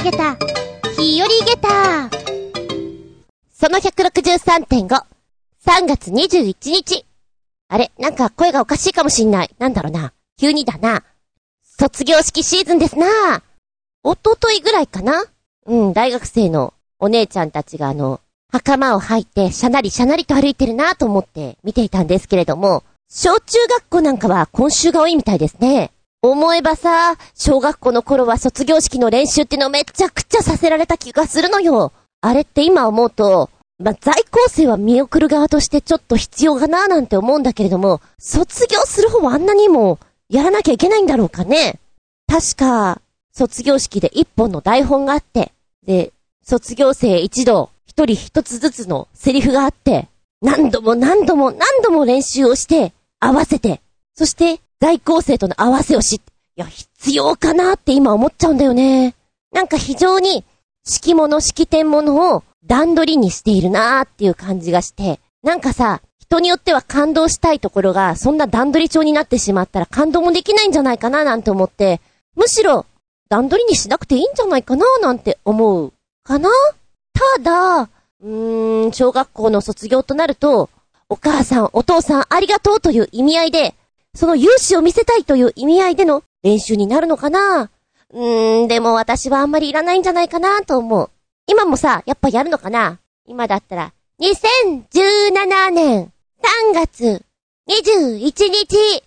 げた、日和げた。その 163.5、3月21日。あれ、なんか声がおかしいかもしんない。なんだろうな。急にだな。卒業式シーズンですな。おとといぐらいかな。大学生のお姉ちゃんたちが袴を履いてシャナリシャナリと歩いてるなと思って見ていたんですけれども、小中学校なんかは今週が多いみたいですね。思えばさ、小学校の頃は卒業式の練習ってのめちゃくちゃさせられた気がするのよ。あれって今思うと、在校生は見送る側としてちょっと必要かななんて思うんだけれども、卒業する方はあんなにもやらなきゃいけないんだろうかね。確か、卒業式で一本の台本があって、で、卒業生一同、一人一つずつのセリフがあって、何度も練習をして、合わせて、そして、在校生との合わせをし、いや、必要かなって今思っちゃうんだよね。なんか非常に、式典物を段取りにしているなーっていう感じがして、なんかさ、人によっては感動したいところが、そんな段取り帳になってしまったら感動もできないんじゃないかななんて思って、むしろ、段取りにしなくていいんじゃないかななんて思う。かな？ただ、小学校の卒業となると、お母さん、お父さんありがとうという意味合いで、その勇姿を見せたいという意味合いでの練習になるのかな？でも私はあんまりいらないんじゃないかなと思う。今もさ、やっぱやるのかな？今だったら、2017年3月21日、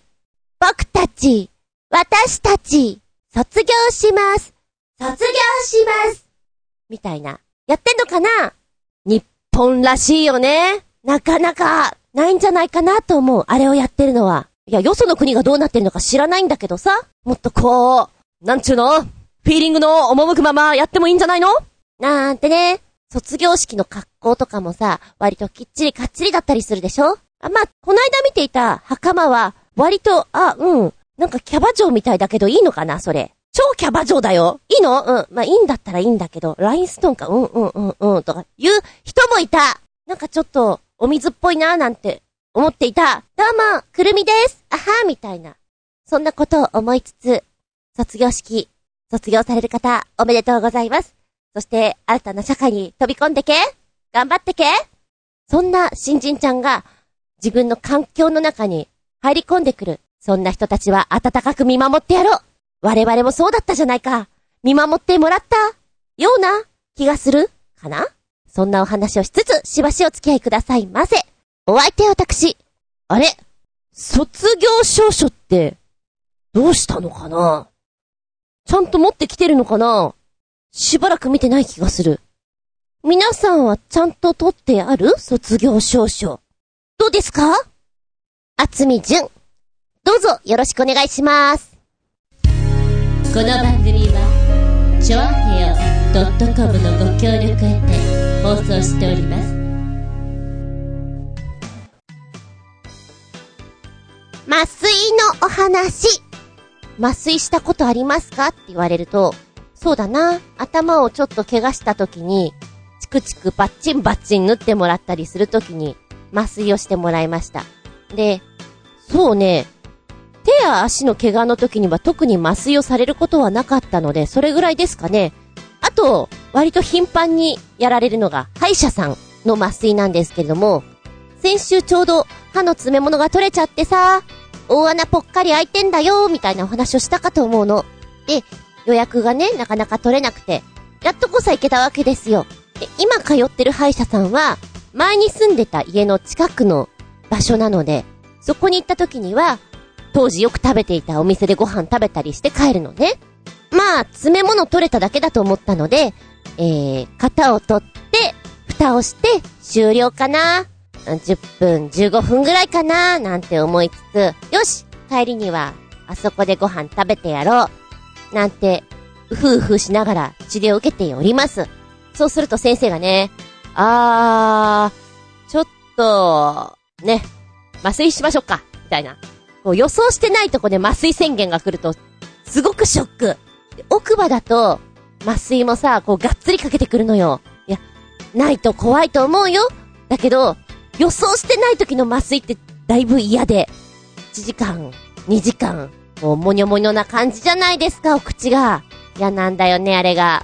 私たち、卒業します。みたいな。やってんのかな？日本らしいよね。なかなかないんじゃないかなと思う。あれをやってるのは。いや、よその国がどうなってるのか知らないんだけどさ。もっとこう、なんちゅうの？フィーリングの赴くままやってもいいんじゃないの？なんてね。卒業式の格好とかもさ、割ときっちりかっちりだったりするでしょ？この間見ていた袴は、割と、なんかキャバ嬢みたいだけどいいのかなそれ。超キャバ嬢だよ。いいの？いいんだったらいいんだけど、ラインストーンか、とか言う人もいた。なんかちょっと、お水っぽいなーなんて思っていた。どうも、くるみです。あはーみたいな。そんなことを思いつつ、卒業式、卒業される方、おめでとうございます。そして、新たな社会に飛び込んでけ。頑張ってけ。そんな新人ちゃんが、自分の環境の中に入り込んでくる。そんな人たちは温かく見守ってやろう。我々もそうだったじゃないか。見守ってもらったような気がするかな。そんなお話をしつつ、しばしお付き合いくださいませ。お相手私。あれ？卒業証書って、どうしたのかな？ちゃんと持ってきてるのかな？しばらく見てない気がする。皆さんはちゃんと取ってある？卒業証書。どうですか？あつみじゅん。どうぞよろしくお願いします。 この番組はちょあへよ .com のご協力へて放送しております。 麻酔のお話。麻酔したことありますかって言われると、そうだな。頭をちょっと怪我した時にチクチクバッチンバッチン縫ってもらったりする時に麻酔をしてもらいました。で、そうね。手や足の怪我の時には特に麻酔をされることはなかったので、それぐらいですかね。あと、割と頻繁にやられるのが歯医者さんの麻酔なんですけれども、先週ちょうど歯の詰め物が取れちゃってさ、大穴ぽっかり開いてんだよみたいなお話をしたかと思うの。で、予約がね、なかなか取れなくて、やっとこさ行けたわけですよ。で、今通ってる歯医者さんは、前に住んでた家の近くの場所なので、そこに行った時には、当時よく食べていたお店でご飯食べたりして帰るのね。詰め物取れただけだと思ったので、型を取って、蓋をして、終了かな。10分、15分ぐらいかな、なんて思いつつ、よし帰りには、あそこでご飯食べてやろう。なんて、うふうふしながら治療を受けております。そうすると先生がね、ちょっと、ね、麻酔しましょうか、みたいな。こう予想してないとこで麻酔宣言が来ると、すごくショック。奥歯だと、麻酔もさ、こうがっつりかけてくるのよ。いや、ないと怖いと思うよ。だけど、予想してない時の麻酔ってだいぶ嫌で、1時間、2時間、もうもにょもにょな感じじゃないですか、お口が。嫌なんだよね、あれが。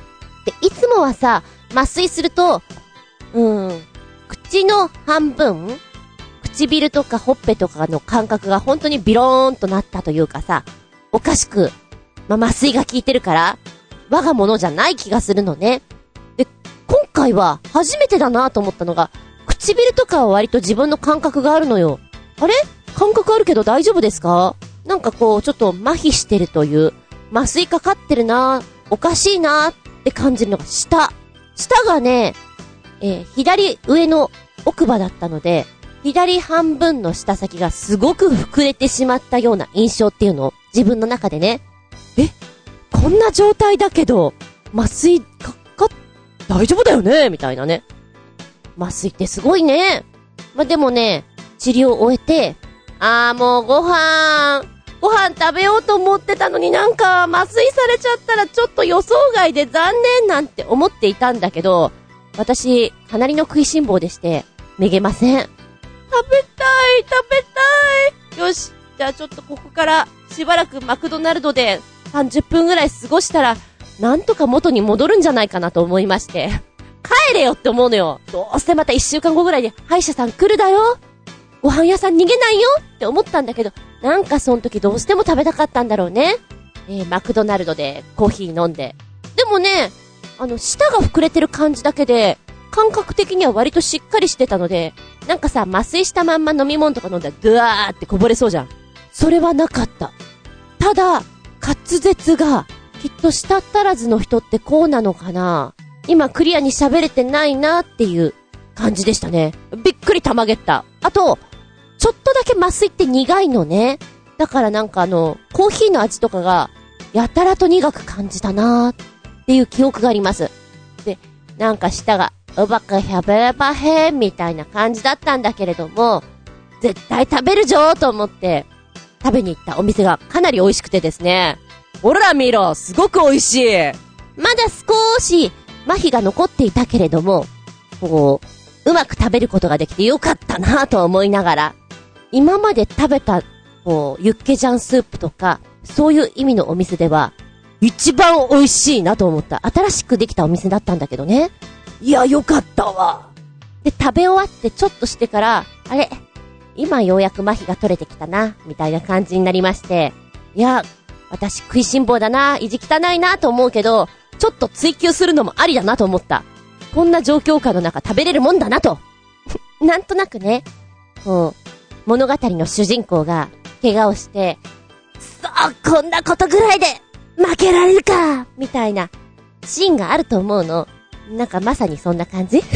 で、いつもはさ、麻酔すると、口の半分、唇とかほっぺとかの感覚が本当にビローンとなったというかさ、おかしく、麻酔が効いてるから、我が物じゃない気がするのね。で、今回は初めてだなと思ったのが、唇とかは割と自分の感覚があるのよ。あれ？感覚あるけど大丈夫ですか？なんかこう、ちょっと麻痺してるという、麻酔かかってるな、おかしいなって感じるのが下がね、左上の奥歯だったので、左半分の下先がすごく膨れてしまったような印象っていうのを自分の中でね、こんな状態だけど麻酔大丈夫だよねみたいなね。麻酔ってすごいね。でもね、治療を終えて、もうご飯食べようと思ってたのになんか麻酔されちゃったらちょっと予想外で残念なんて思っていたんだけど、私かなりの食いしん坊でしてめげません。食べたい。よし、じゃあちょっとここからしばらくマクドナルドで30分ぐらい過ごしたらなんとか元に戻るんじゃないかなと思いまして、帰れよって思うのよ。どうせまた1週間後ぐらいで歯医者さん来るだよ、ご飯屋さん逃げないよって思ったんだけど、なんかその時どうしても食べたかったんだろうね。マクドナルドでコーヒー飲んで、でもね、舌が膨れてる感じだけで感覚的には割としっかりしてたので、なんかさ、麻酔したまんま飲み物とか飲んだらドゥワーってこぼれそうじゃん。それはなかった。ただ滑舌がきっと舌足らずの人ってこうなのかな、今クリアに喋れてないなっていう感じでしたね。びっくりたまげった。あとちょっとだけ麻酔って苦いのね。だからなんかコーヒーの味とかがやたらと苦く感じたなっていう記憶があります。で、なんか舌がうばくしゃべればへんみたいな感じだったんだけれども、絶対食べるぞと思って食べに行ったお店がかなり美味しくてですね。ほら見ろ、すごく美味しい。まだ少し麻痺が残っていたけれども、こううまく食べることができてよかったなと思いながら、今まで食べたこうユッケジャンスープとかそういう意味のお店では一番美味しいなと思った新しくできたお店だったんだけどね。いや、よかったわ。で、食べ終わってちょっとしてから、あれ、今ようやく麻痺が取れてきたなみたいな感じになりまして、いや、私食いしん坊だな、意地汚いなと思うけど、ちょっと追求するのもありだなと思った。こんな状況下の中食べれるもんだなとなんとなくね、こう物語の主人公が怪我をして、こんなことぐらいで負けられるかみたいなシーンがあると思うの。なんかまさにそんな感じ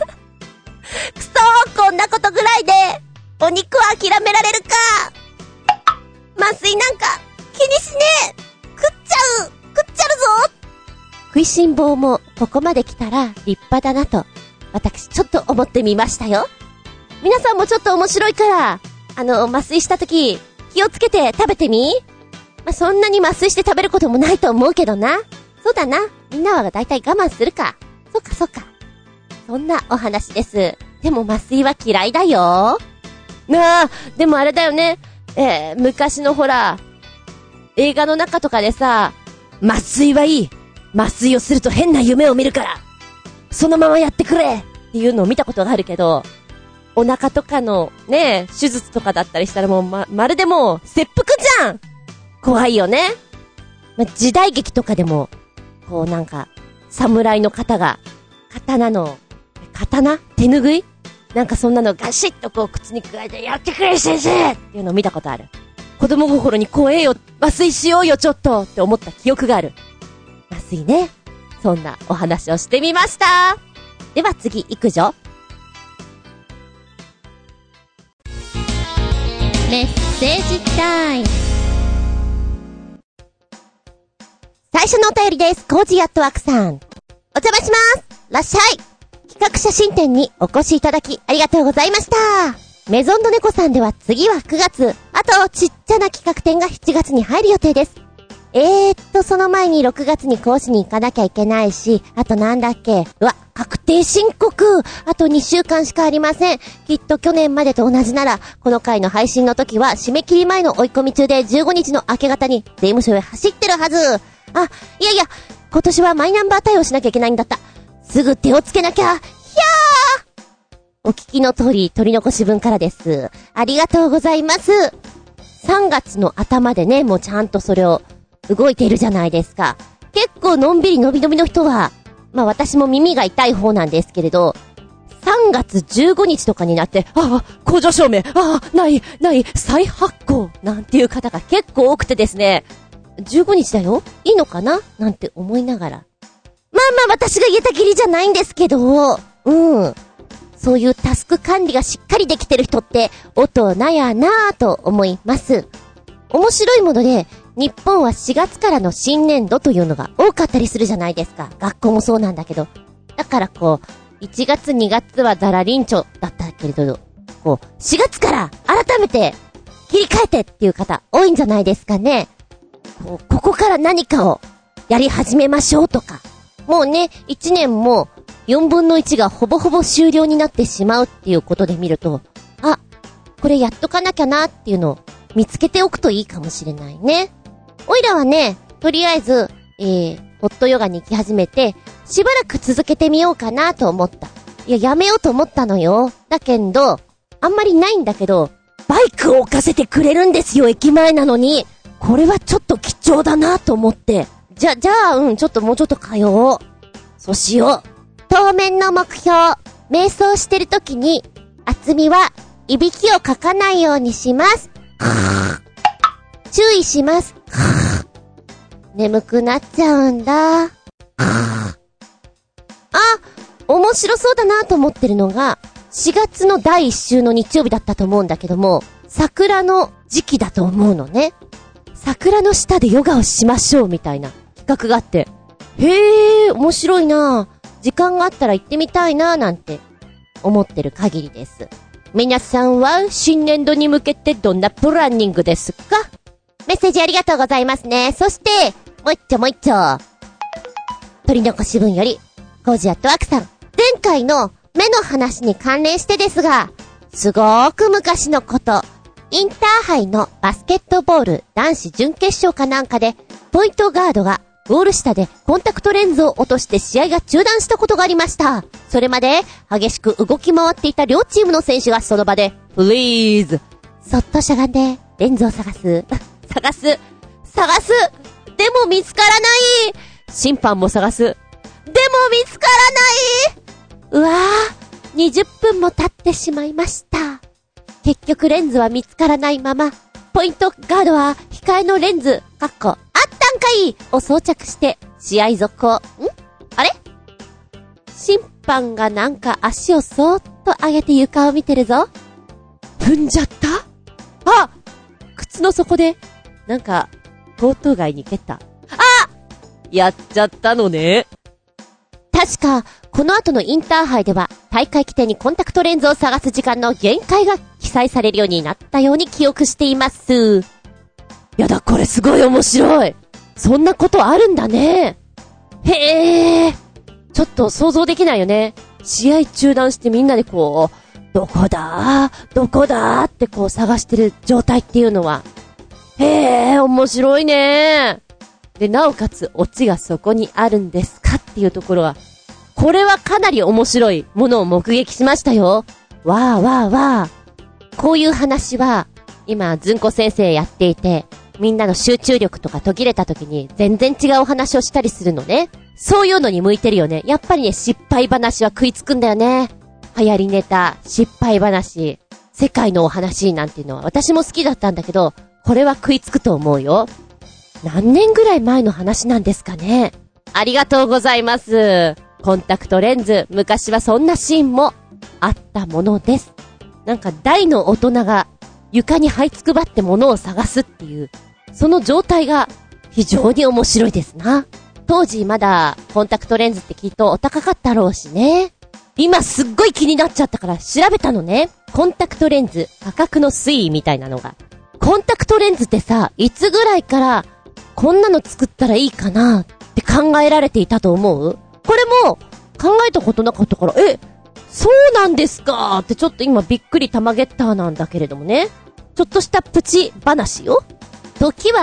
こんなことぐらいでお肉は諦められるか。麻酔なんか気にしねえ。食っちゃるぞ。食いしん坊もここまで来たら立派だなと私ちょっと思ってみましたよ。皆さんもちょっと面白いから麻酔した時気をつけて食べてみ。そんなに麻酔して食べることもないと思うけどな。そうだな、みんなはだいたい我慢するか。そっか。そんなお話です。でも麻酔は嫌いだよ。でもあれだよね。昔のほら、映画の中とかでさ、麻酔はいい。麻酔をすると変な夢を見るから、そのままやってくれっていうのを見たことがあるけど、お腹とかのね、手術とかだったりしたらもうまるでもう切腹じゃん。怖いよね。時代劇とかでも、こうなんか、侍の方が、刀手拭いなんかそんなのガシッとこう口に加えて、やってくれ先生っていうのを見たことある。子供心に怖えよ、麻酔しようよちょっとって思った記憶がある。麻酔ね。そんなお話をしてみました。では次行くぞ。 メッセージタイム。 最初のお便りです。コージーアットワークさん、お邪魔します。らっしゃい。企画写真展にお越しいただきありがとうございました。メゾンドネコさんでは次は9月、あとちっちゃな企画展が7月に入る予定です。その前に6月に講師に行かなきゃいけないし、あとなんだっけ、確定申告、あと2週間しかありません。きっと去年までと同じなら、この回の配信の時は締め切り前の追い込み中で15日の明け方に税務署へ走ってるはず。いや、 今年はマイナンバー対応しなきゃいけないんだった。すぐ手をつけなきゃ。ひゃー。お聞きの通り、取り残し分からです。ありがとうございます。3月の頭でね、もうちゃんとそれを動いているじゃないですか。結構のんびりのびのびの人は、まあ私も耳が痛い方なんですけれど、3月15日とかになって、控除証明、ない、再発行、なんていう方が結構多くてですね、15日だよ？いいのかな？なんて思いながら。まあ私が言えたきりじゃないんですけど、そういうタスク管理がしっかりできてる人って大人やなぁと思います。面白いもので、日本は4月からの新年度というのが多かったりするじゃないですか。学校もそうなんだけど。だからこう、1月2月はザラリンチョだったけれど、こう、4月から改めて切り替えてっていう方多いんじゃないですかね。ここから何かをやり始めましょうとか。もうね、1年も4分の1がほぼほぼ終了になってしまうっていうことで見ると、これやっとかなきゃなっていうのを見つけておくといいかもしれないね。おいらはね、とりあえず、ホットヨガに行き始めて、しばらく続けてみようかなと思った。いや、やめようと思ったのよ。だけど、あんまりないんだけど、バイクを置かせてくれるんですよ、駅前なのに。これはちょっと貴重だなと思って。じゃあ、ちょっともうちょっと通おう。そうしよう。当面の目標。瞑想してるときに、厚みはいびきをかかないようにします。注意します。眠くなっちゃうんだ。面白そうだなと思ってるのが、4月の第1週の日曜日だったと思うんだけども、桜の時期だと思うのね。桜の下でヨガをしましょうみたいな企画があって、面白いな。時間があったら行ってみたいななんて思ってる限りです。皆さんは新年度に向けてどんなプランニングですか？メッセージありがとうございますね。そして、もう一丁。取り残し分より、コージアットワークさん。前回の目の話に関連してですが、すごーく昔のこと、インターハイのバスケットボール男子準決勝かなんかで、ポイントガードがゴール下でコンタクトレンズを落として試合が中断したことがありました。それまで激しく動き回っていた両チームの選手がその場で、フリーズ。そっとしゃがんで、レンズを探す。でも見つからない。審判も探す。でも見つからない。うわー、20分も経ってしまいました。結局レンズは見つからないまま、ポイントガードは控えのレンズ、あったんかいを装着して試合続行。あれ？審判がなんか足をそーっと上げて床を見てるぞ。踏んじゃった？靴の底でなんかコート外に蹴った。やっちゃったのね。確かこの後のインターハイでは大会規定にコンタクトレンズを探す時間の限界が記載されるようになったように記憶しています。やだ、これすごい面白い。そんなことあるんだね。へー。ちょっと想像できないよね。試合中断してみんなでこう、どこだってこう探してる状態っていうのは。へー、面白いね。で、なおかつオチがそこにあるんですかっていうところは、これはかなり面白いものを目撃しましたよ。わー。こういう話は、今、ずんこ先生やっていて、みんなの集中力とか途切れた時に全然違うお話をしたりするのね。そういうのに向いてるよね。やっぱりね、失敗話は食いつくんだよね。流行りネタ、失敗話、世界のお話なんていうのは私も好きだったんだけど、これは食いつくと思うよ。何年ぐらい前の話なんですかね。ありがとうございます。コンタクトレンズ、昔はそんなシーンもあったものです。なんか大の大人が床に這いつくばって物を探すっていう、その状態が非常に面白いですな。当時まだコンタクトレンズってきっとお高かったろうしね。今すっごい気になっちゃったから調べたのね。コンタクトレンズ価格の推移みたいなのが。コンタクトレンズってさ、いつぐらいからこんなの作ったらいいかなって考えられていたと思う？これも考えたことなかったから、そうなんですかってちょっと今びっくりたまげったなんだけれどもね。ちょっとしたプチ話よ。時は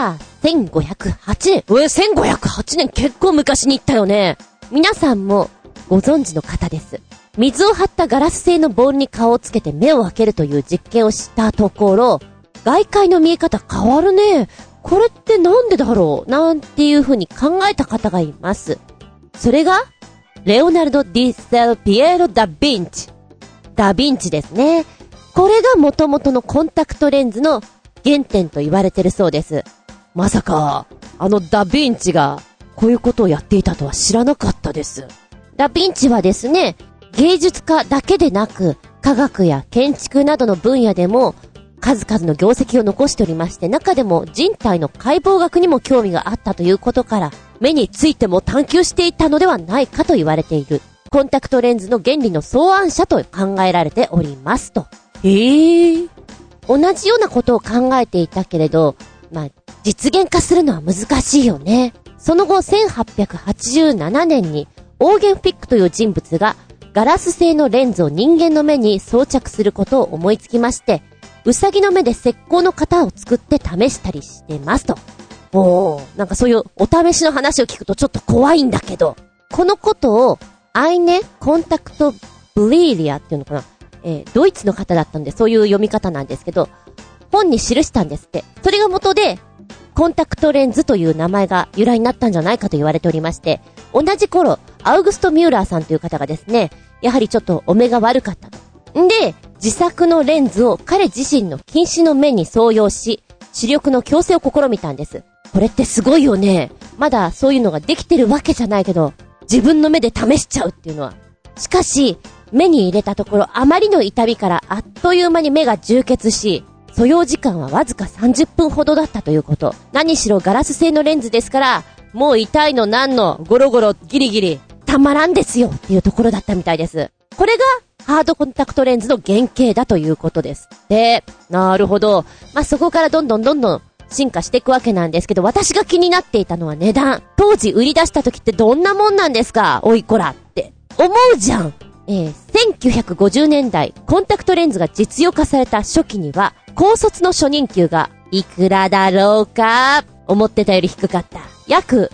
1508年。1508年結構昔に行ったよね。皆さんもご存知の方です。水を張ったガラス製のボールに顔をつけて目を開けるという実験をしたところ、外界の見え方変わるね。これってなんでだろうなんていう風に考えた方がいます。それが、レオナルド・ディ・セル・ピエロ・ダ・ヴィンチ。ダ・ヴィンチですね。これが元々のコンタクトレンズの原点と言われてるそうです。まさか、ダ・ヴィンチがこういうことをやっていたとは知らなかったです。ダ・ヴィンチはですね、芸術家だけでなく、科学や建築などの分野でも数々の業績を残しておりまして、中でも人体の解剖学にも興味があったということから、目についても探求していたのではないかと言われている。コンタクトレンズの原理の創案者と考えられておりますと。同じようなことを考えていたけれど、実現化するのは難しいよね。その後、1887年に、オーゲンフィックという人物が、ガラス製のレンズを人間の目に装着することを思いつきまして、ウサギの目で石膏の型を作って試したりしてますと。なんかそういうお試しの話を聞くとちょっと怖いんだけど、このことをアイネ・コンタクト・ブリーリアっていうのかな、ドイツの方だったんでそういう読み方なんですけど、本に記したんですって。それが元でコンタクトレンズという名前が由来になったんじゃないかと言われておりまして、同じ頃アウグスト・ミューラーさんという方がですね、やはりちょっとお目が悪かったと。んで、自作のレンズを彼自身の近視の目に装用し、視力の矯正を試みたんです。これってすごいよね。まだそういうのができてるわけじゃないけど、自分の目で試しちゃうっていうのは。しかし、目に入れたところあまりの痛みからあっという間に目が充血し、所要時間はわずか30分ほどだったということ。何しろガラス製のレンズですから、もう痛いのなんの、ゴロゴロギリギリ、たまらんですよっていうところだったみたいです。これがハードコンタクトレンズの原型だということです。で、なるほど。そこからどんどん進化していくわけなんですけど、私が気になっていたのは値段。当時売り出した時ってどんなもんなんですか？おいこらって思うじゃん。1950年代、コンタクトレンズが実用化された初期には、高卒の初任給がいくらだろうか？思ってたより低かった。約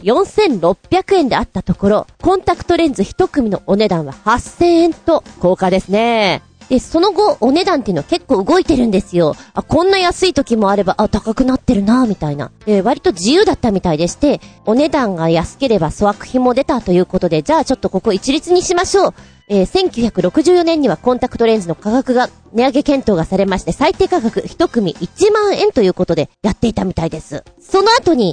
4600円であったところ、コンタクトレンズ一組のお値段は8000円と高価ですね。で、その後お値段っていうのは結構動いてるんですよ。こんな安い時もあれば、高くなってるなみたいな。割と自由だったみたいでして、お値段が安ければ粗悪品も出たということで、じゃあちょっとここ一律にしましょう。1964年にはコンタクトレンズの価格が値上げ検討がされまして、最低価格一組1万円ということでやっていたみたいです。その後に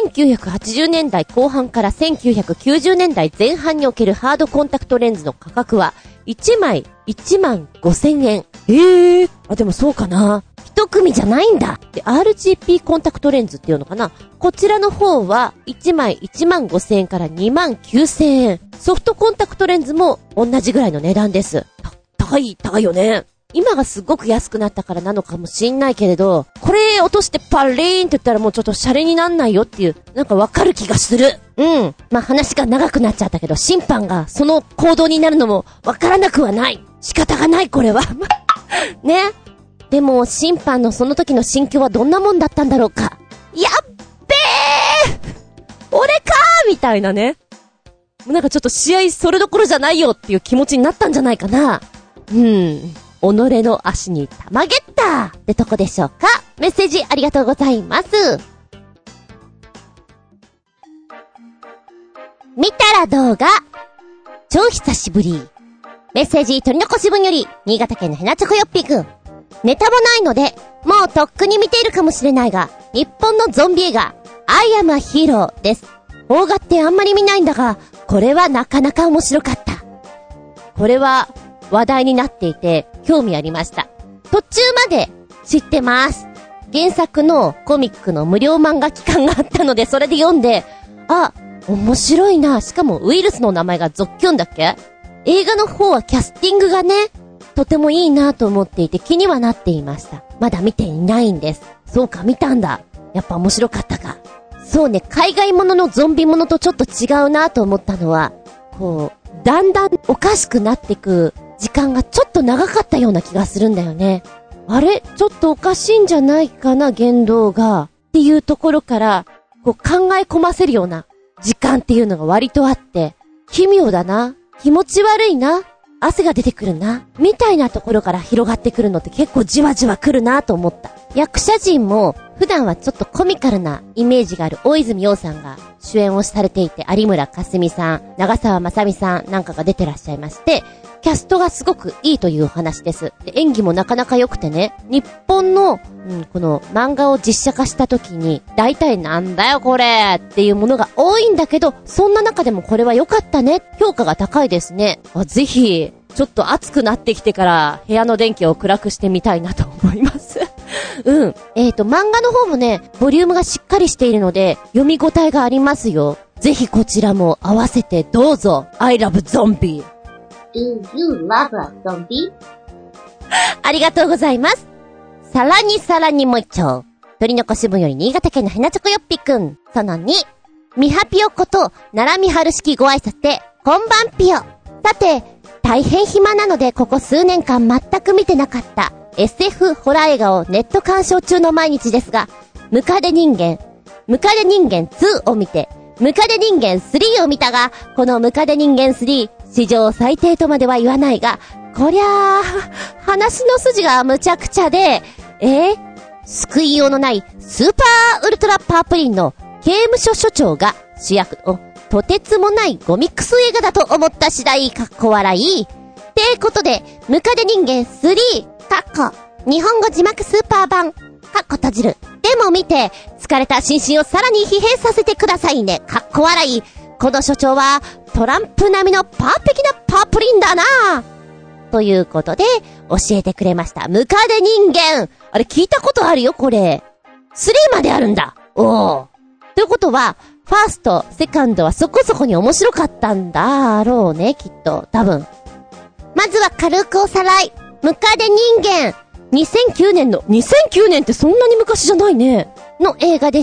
1980年代後半から1990年代前半におけるハードコンタクトレンズの価格は1枚1万5000円。でもそうかな。一組じゃないんだ。で、RGP コンタクトレンズっていうのかな。こちらの方は1枚1万5000円から2万9000円。ソフトコンタクトレンズも同じぐらいの値段です。高いよね。今がすごく安くなったからなのかもしんないけれど、これ落としてパリーンって言ったらもうちょっとシャレになんないよっていう、なんかわかる気がする。話が長くなっちゃったけど、審判がその行動になるのもわからなくはない。仕方がない、これは。ね。でも、審判のその時の心境はどんなもんだったんだろうか。やっべー俺かーみたいなね。もうなんかちょっと試合それどころじゃないよっていう気持ちになったんじゃないかな。己の足に玉ゲッターってとこでしょうか。メッセージありがとうございます。見たら動画超久しぶり。メッセージ取り残し分より新潟県のヘナチョコヨッピーくん。ネタもないのでもうとっくに見ているかもしれないが、日本のゾンビ映画アイアムアヒーローです。邦画ってあんまり見ないんだが、これはなかなか面白かった。これは話題になっていて興味ありました。途中まで知ってます。原作のコミックの無料漫画期間があったので、それで読んで、面白いな。しかもウイルスの名前がゾッキョンだっけ？映画の方はキャスティングがね、とてもいいなと思っていて気にはなっていました。まだ見ていないんです。そうか、見たんだ。やっぱ面白かったか。そうね、海外もののゾンビものとちょっと違うなと思ったのは、だんだんおかしくなってく時間がちょっと長かったような気がするんだよね。あれちょっとおかしいんじゃないかな、言動が。っていうところから、 こう考え込ませるような時間っていうのが割とあって、奇妙だな、気持ち悪いな、汗が出てくるな、みたいなところから広がってくるのって結構じわじわ来るなと思った。役者陣も普段はちょっとコミカルなイメージがある大泉洋さんが主演をされていて、有村架純さん、長澤まさみさんなんかが出てらっしゃいまして、キャストがすごくいいという話です。で、演技もなかなか良くてね、日本の、この漫画を実写化した時に、大体なんだよこれっていうものが多いんだけど、そんな中でもこれは良かったね、評価が高いですね。ぜひ、ちょっと暑くなってきてから部屋の電気を暗くしてみたいなと思います。漫画の方もね、ボリュームがしっかりしているので、読み応えがありますよ。ぜひこちらも合わせてどうぞ。I love zombie。Do you love a zombie? ありがとうございます。さらにもう一丁。鳥の子支部より新潟県のヘナチョコよっぴくん。その2。ミハピヨこと奈良美春式ご挨拶で、こんばんぴよ。さて、大変暇なのでここ数年間全く見てなかった SF ホラー映画をネット鑑賞中の毎日ですが、ムカデ人間2を見て、ムカデ人間3を見たが、このムカデ人間3、史上最低とまでは言わないが、こりゃあ、話の筋がむちゃくちゃで、救いようのないスーパーウルトラパープリンの刑務所所長が主役のとてつもないゴミクソ映画だと思った次第、かっこ笑い。ってことで、ムカデ人間3、かっこ、日本語字幕スーパー版、かっこ閉じる。でも見て、疲れた心身をさらに疲弊させてくださいね。かっこ笑い。この所長は、トランプ並みのパーフェクトなパープリンだな。ということで、教えてくれました。ムカデ人間。あれ聞いたことあるよ、これ。3まであるんだ。おー。ということは、ファースト、セカンドはそこそこに面白かったんだろうね、きっと。多分。まずは軽くおさらい。ムカデ人間。2009年ってそんなに昔じゃないね。の映画です。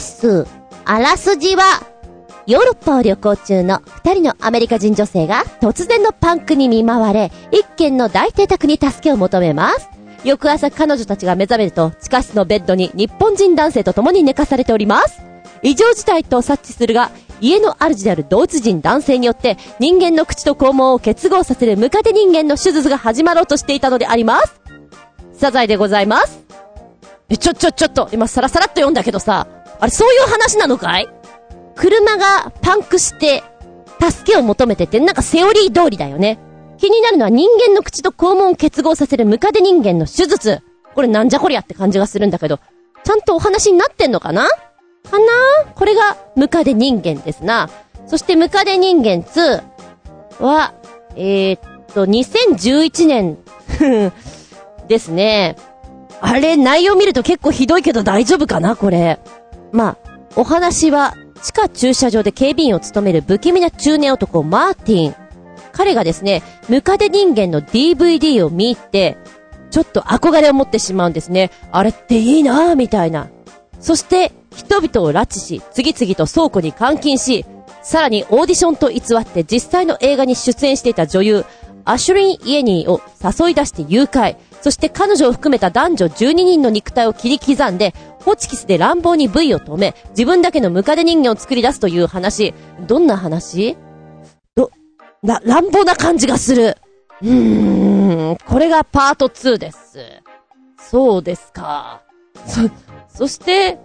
あらすじは、ヨーロッパを旅行中の2人のアメリカ人女性が突然のパンクに見舞われ、一軒の大邸宅に助けを求めます。翌朝彼女たちが目覚めると、地下室のベッドに日本人男性と共に寝かされております。異常事態と察知するが、家の主であるドイツ人男性によって人間の口と肛門を結合させるムカデ人間の手術が始まろうとしていたのであります。謝罪でございます。ちょっと今サラサラっと読んだけどさ、あれそういう話なのかい？車がパンクして助けを求めてて、なんかセオリー通りだよね。気になるのは人間の口と肛門を結合させるムカデ人間の手術。これなんじゃこりゃって感じがするんだけど、ちゃんとお話になってんのかな？これがムカデ人間ですな。そしてムカデ人間2は、2011年ですね。あれ、内容見ると結構ひどいけど大丈夫かなこれ。まあ、お話は、地下駐車場で警備員を務める不気味な中年男マーティン。彼がですね、ムカデ人間の DVD を見て、ちょっと憧れを持ってしまうんですね。あれっていいなぁ、みたいな。そして、人々を拉致し、次々と倉庫に監禁し、さらにオーディションと偽って実際の映画に出演していた女優、アシュリン・イエニーを誘い出して誘拐。そして彼女を含めた男女12人の肉体を切り刻んで、ホチキスで乱暴に部位を止め、自分だけのムカデ人間を作り出すという話。どんな話？乱暴な感じがする。これがパート2です。そうですか。そして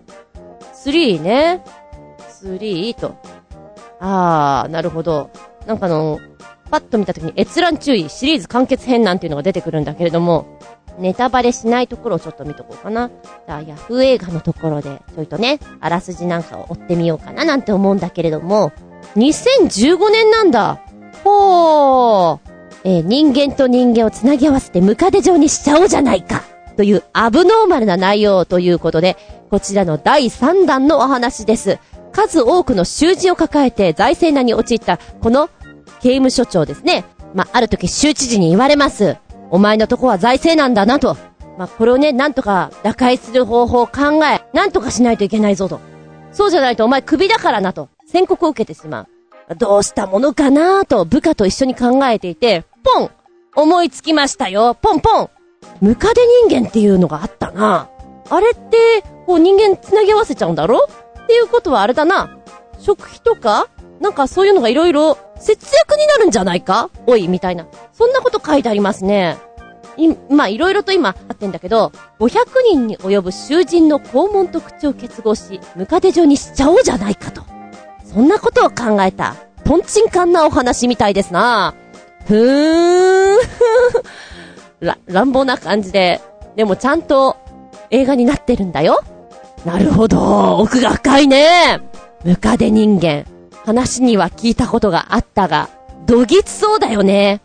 、3ね。3と。なるほど。なんかパッと見たときに閲覧注意、シリーズ完結編なんていうのが出てくるんだけれども、ネタバレしないところをちょっと見とこうかな。じゃあ、ヤフー映画のところで、ちょいとね、あらすじなんかを追ってみようかななんて思うんだけれども、2015年なんだ。人間と人間をつなぎ合わせてムカデ状にしちゃおうじゃないかというアブノーマルな内容ということで、こちらの第3弾のお話です。数多くの囚人を抱えて財政難に陥ったこの刑務所長ですね。ある時州知事に言われます。お前のとこは財政難だなと。これをね、なんとか打開する方法を考え、なんとかしないといけないぞと。そうじゃないとお前クビだからなと宣告を受けてしまう。どうしたものかなと部下と一緒に考えていて、ポン思いつきましたよ。ポンポンムカデ人間っていうのがあったな。あれってこう人間つなぎ合わせちゃうんだろ？ っていうことはあれだな。食費とかなんかそういうのがいろいろ節約になるんじゃないかおい、みたいな。そんなこと書いてありますね。まあいろいろと今あってんだけど、500人に及ぶ囚人の肛門と口を結合し、ムカデ状にしちゃおうじゃないかと。そんなことを考えた、トンチンカンなお話みたいですな。乱暴な感じで、でもちゃんと映画になってるんだよ。なるほど、奥が深いね。ムカデ人間。話には聞いたことがあったが、どぎつそうだよね。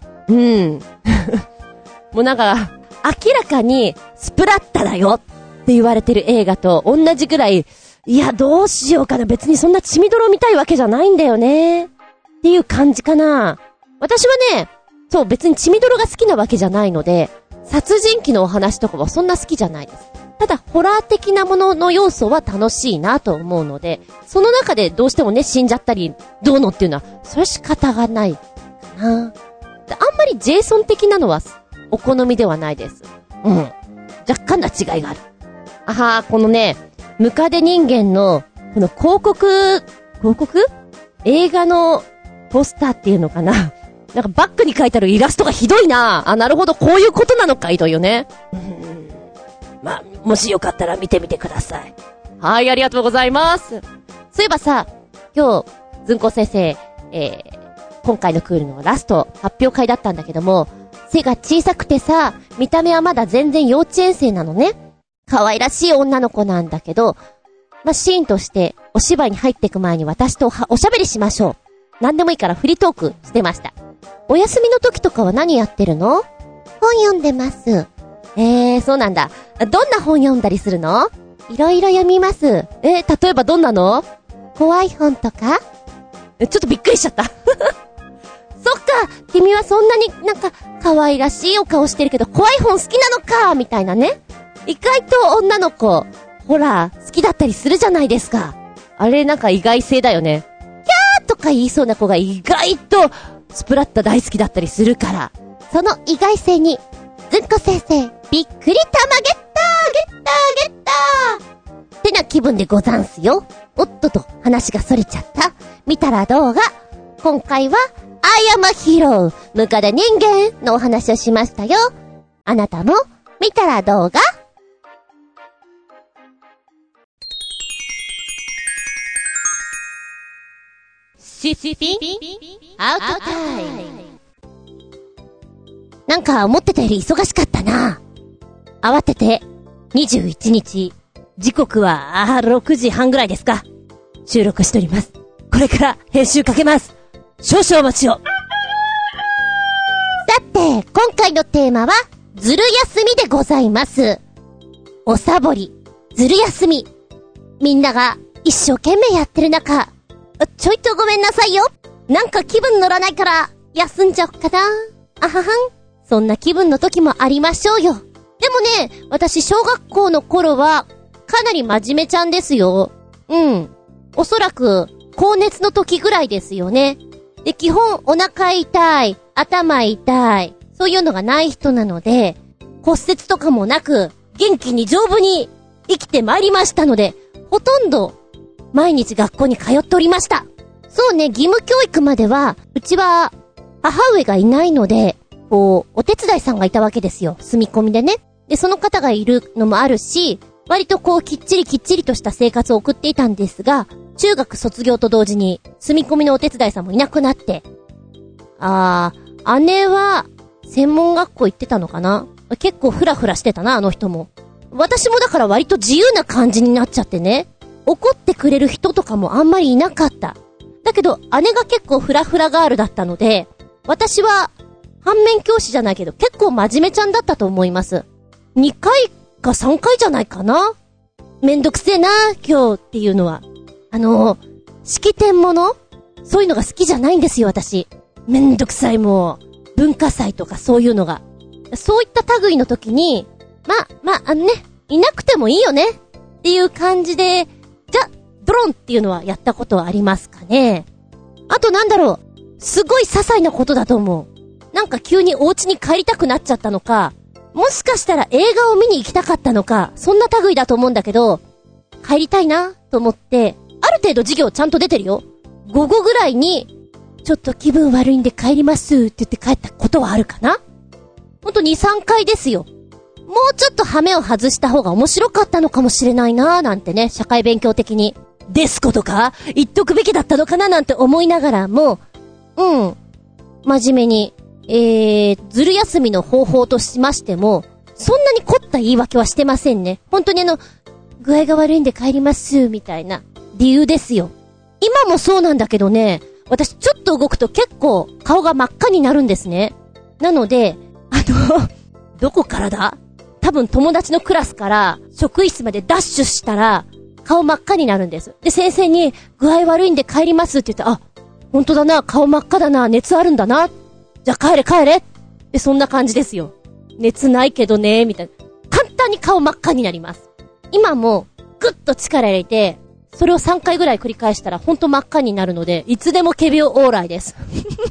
もうなんか、明らかにスプラッタだよって言われてる映画と同じぐらい、いや、どうしようかな。別にそんな血みどろ見たいわけじゃないんだよね。っていう感じかな。私はね、そう、別に血みどろが好きなわけじゃないので、殺人鬼のお話とかはそんな好きじゃないです。ただ、ホラー的なものの要素は楽しいなと思うので、その中でどうしてもね、死んじゃったり、どうのっていうのは、それ仕方がないかな。あんまりジェイソン的なのは、お好みではないです。若干な違いがある。このね、ムカデ人間の、この広告映画のポスターっていうのかな。なんかバックに書いてあるイラストがひどいな。なるほど、こういうことなのか、ひどいよね。まあ、もしよかったら見てみてください。はい、ありがとうございます。そういえばさ、今日、ずんこ先生、今回のクールのラスト発表会だったんだけども、背が小さくてさ、見た目はまだ全然幼稚園生なのね。可愛らしい女の子なんだけど、まあ、シーンとしてお芝居に入っていく前に私とおしゃべりしましょう。なんでもいいからフリートークしてました。お休みの時とかは何やってるの？本読んでます。そうなんだ。どんな本読んだりするの？いろいろ読みます。例えばどんなの？怖い本とか？ちょっとびっくりしちゃった。そっか、君はそんなになんか可愛らしいお顔してるけど怖い本好きなのかみたいなね。意外と女の子、ほら、好きだったりするじゃないですか。あれなんか意外性だよね。キャーとか言いそうな子が意外とスプラッタ大好きだったりするから。その意外性に、ずんこ先生、びっくりたまゲッターってな気分でござんすよ。おっとと話がそれちゃった。見たら動画。今回は、I am a hero ムカデ人間のお話をしましたよ。あなたも見たら動画。シッピンアウトタイム。なんか思ってたより忙しかったな。慌てて21日時刻は6時半ぐらいですか。収録しております。これから編集かけます。少々お待ちを。さて、今回のテーマはずる休みでございます。おサボり、ずる休み。みんなが一生懸命やってる中、ちょいとごめんなさいよ。なんか気分乗らないから休んじゃおっかな。あははん。そんな気分の時もありましょうよ。でもね、私小学校の頃はかなり真面目ちゃんですよ。おそらく高熱の時ぐらいですよね。で、基本お腹痛い、頭痛い、そういうのがない人なので、骨折とかもなく元気に丈夫に生きてまいりましたので、ほとんど毎日学校に通っておりました。そうね、義務教育までは、うちは母上がいないので、お手伝いさんがいたわけですよ。住み込みでね。で、その方がいるのもあるし、割ときっちりとした生活を送っていたんですが、中学卒業と同時に住み込みのお手伝いさんもいなくなって、姉は専門学校行ってたのかな。結構フラフラしてたな、あの人も。私もだから割と自由な感じになっちゃってね。怒ってくれる人とかもあんまりいなかった。だけど姉が結構フラフラガールだったので、私は反面教師じゃないけど結構真面目ちゃんだったと思います。2回か3回じゃないかな。めんどくせえな今日っていうのは。式典ものそういうのが好きじゃないんですよ、私。めんどくさい、もう文化祭とかそういうのが。そういった類の時に、いなくてもいいよねっていう感じで、じゃドロンっていうのはやったことはありますかね。あとなんだろう、すごい些細なことだと思う。なんか急にお家に帰りたくなっちゃったのか、もしかしたら映画を見に行きたかったのか、そんな類だと思うんだけど、帰りたいなと思って程度授業ちゃんと出てるよ。午後ぐらいに、ちょっと気分悪いんで帰りますって言って帰ったことはあるかな。ほんと2、3回ですよ。もうちょっとハメを外した方が面白かったのかもしれないなーなんてね、社会勉強的に。ですことか言っとくべきだったのかななんて思いながらも、真面目に、ずる休みの方法としましても、そんなに凝った言い訳はしてませんね。本当に具合が悪いんで帰ります、みたいな理由ですよ。今もそうなんだけどね、私ちょっと動くと結構顔が真っ赤になるんですね。なので、どこからだ？多分友達のクラスから職員室までダッシュしたら顔真っ赤になるんです。で、先生に具合悪いんで帰りますって言って、本当だな、顔真っ赤だな、熱あるんだな。じゃあ帰れ。で、そんな感じですよ。熱ないけどね、みたいな。簡単に顔真っ赤になります。今もぐっと力入れて、それを3回ぐらい繰り返したらほんと真っ赤になるので、いつでも仮病往来です。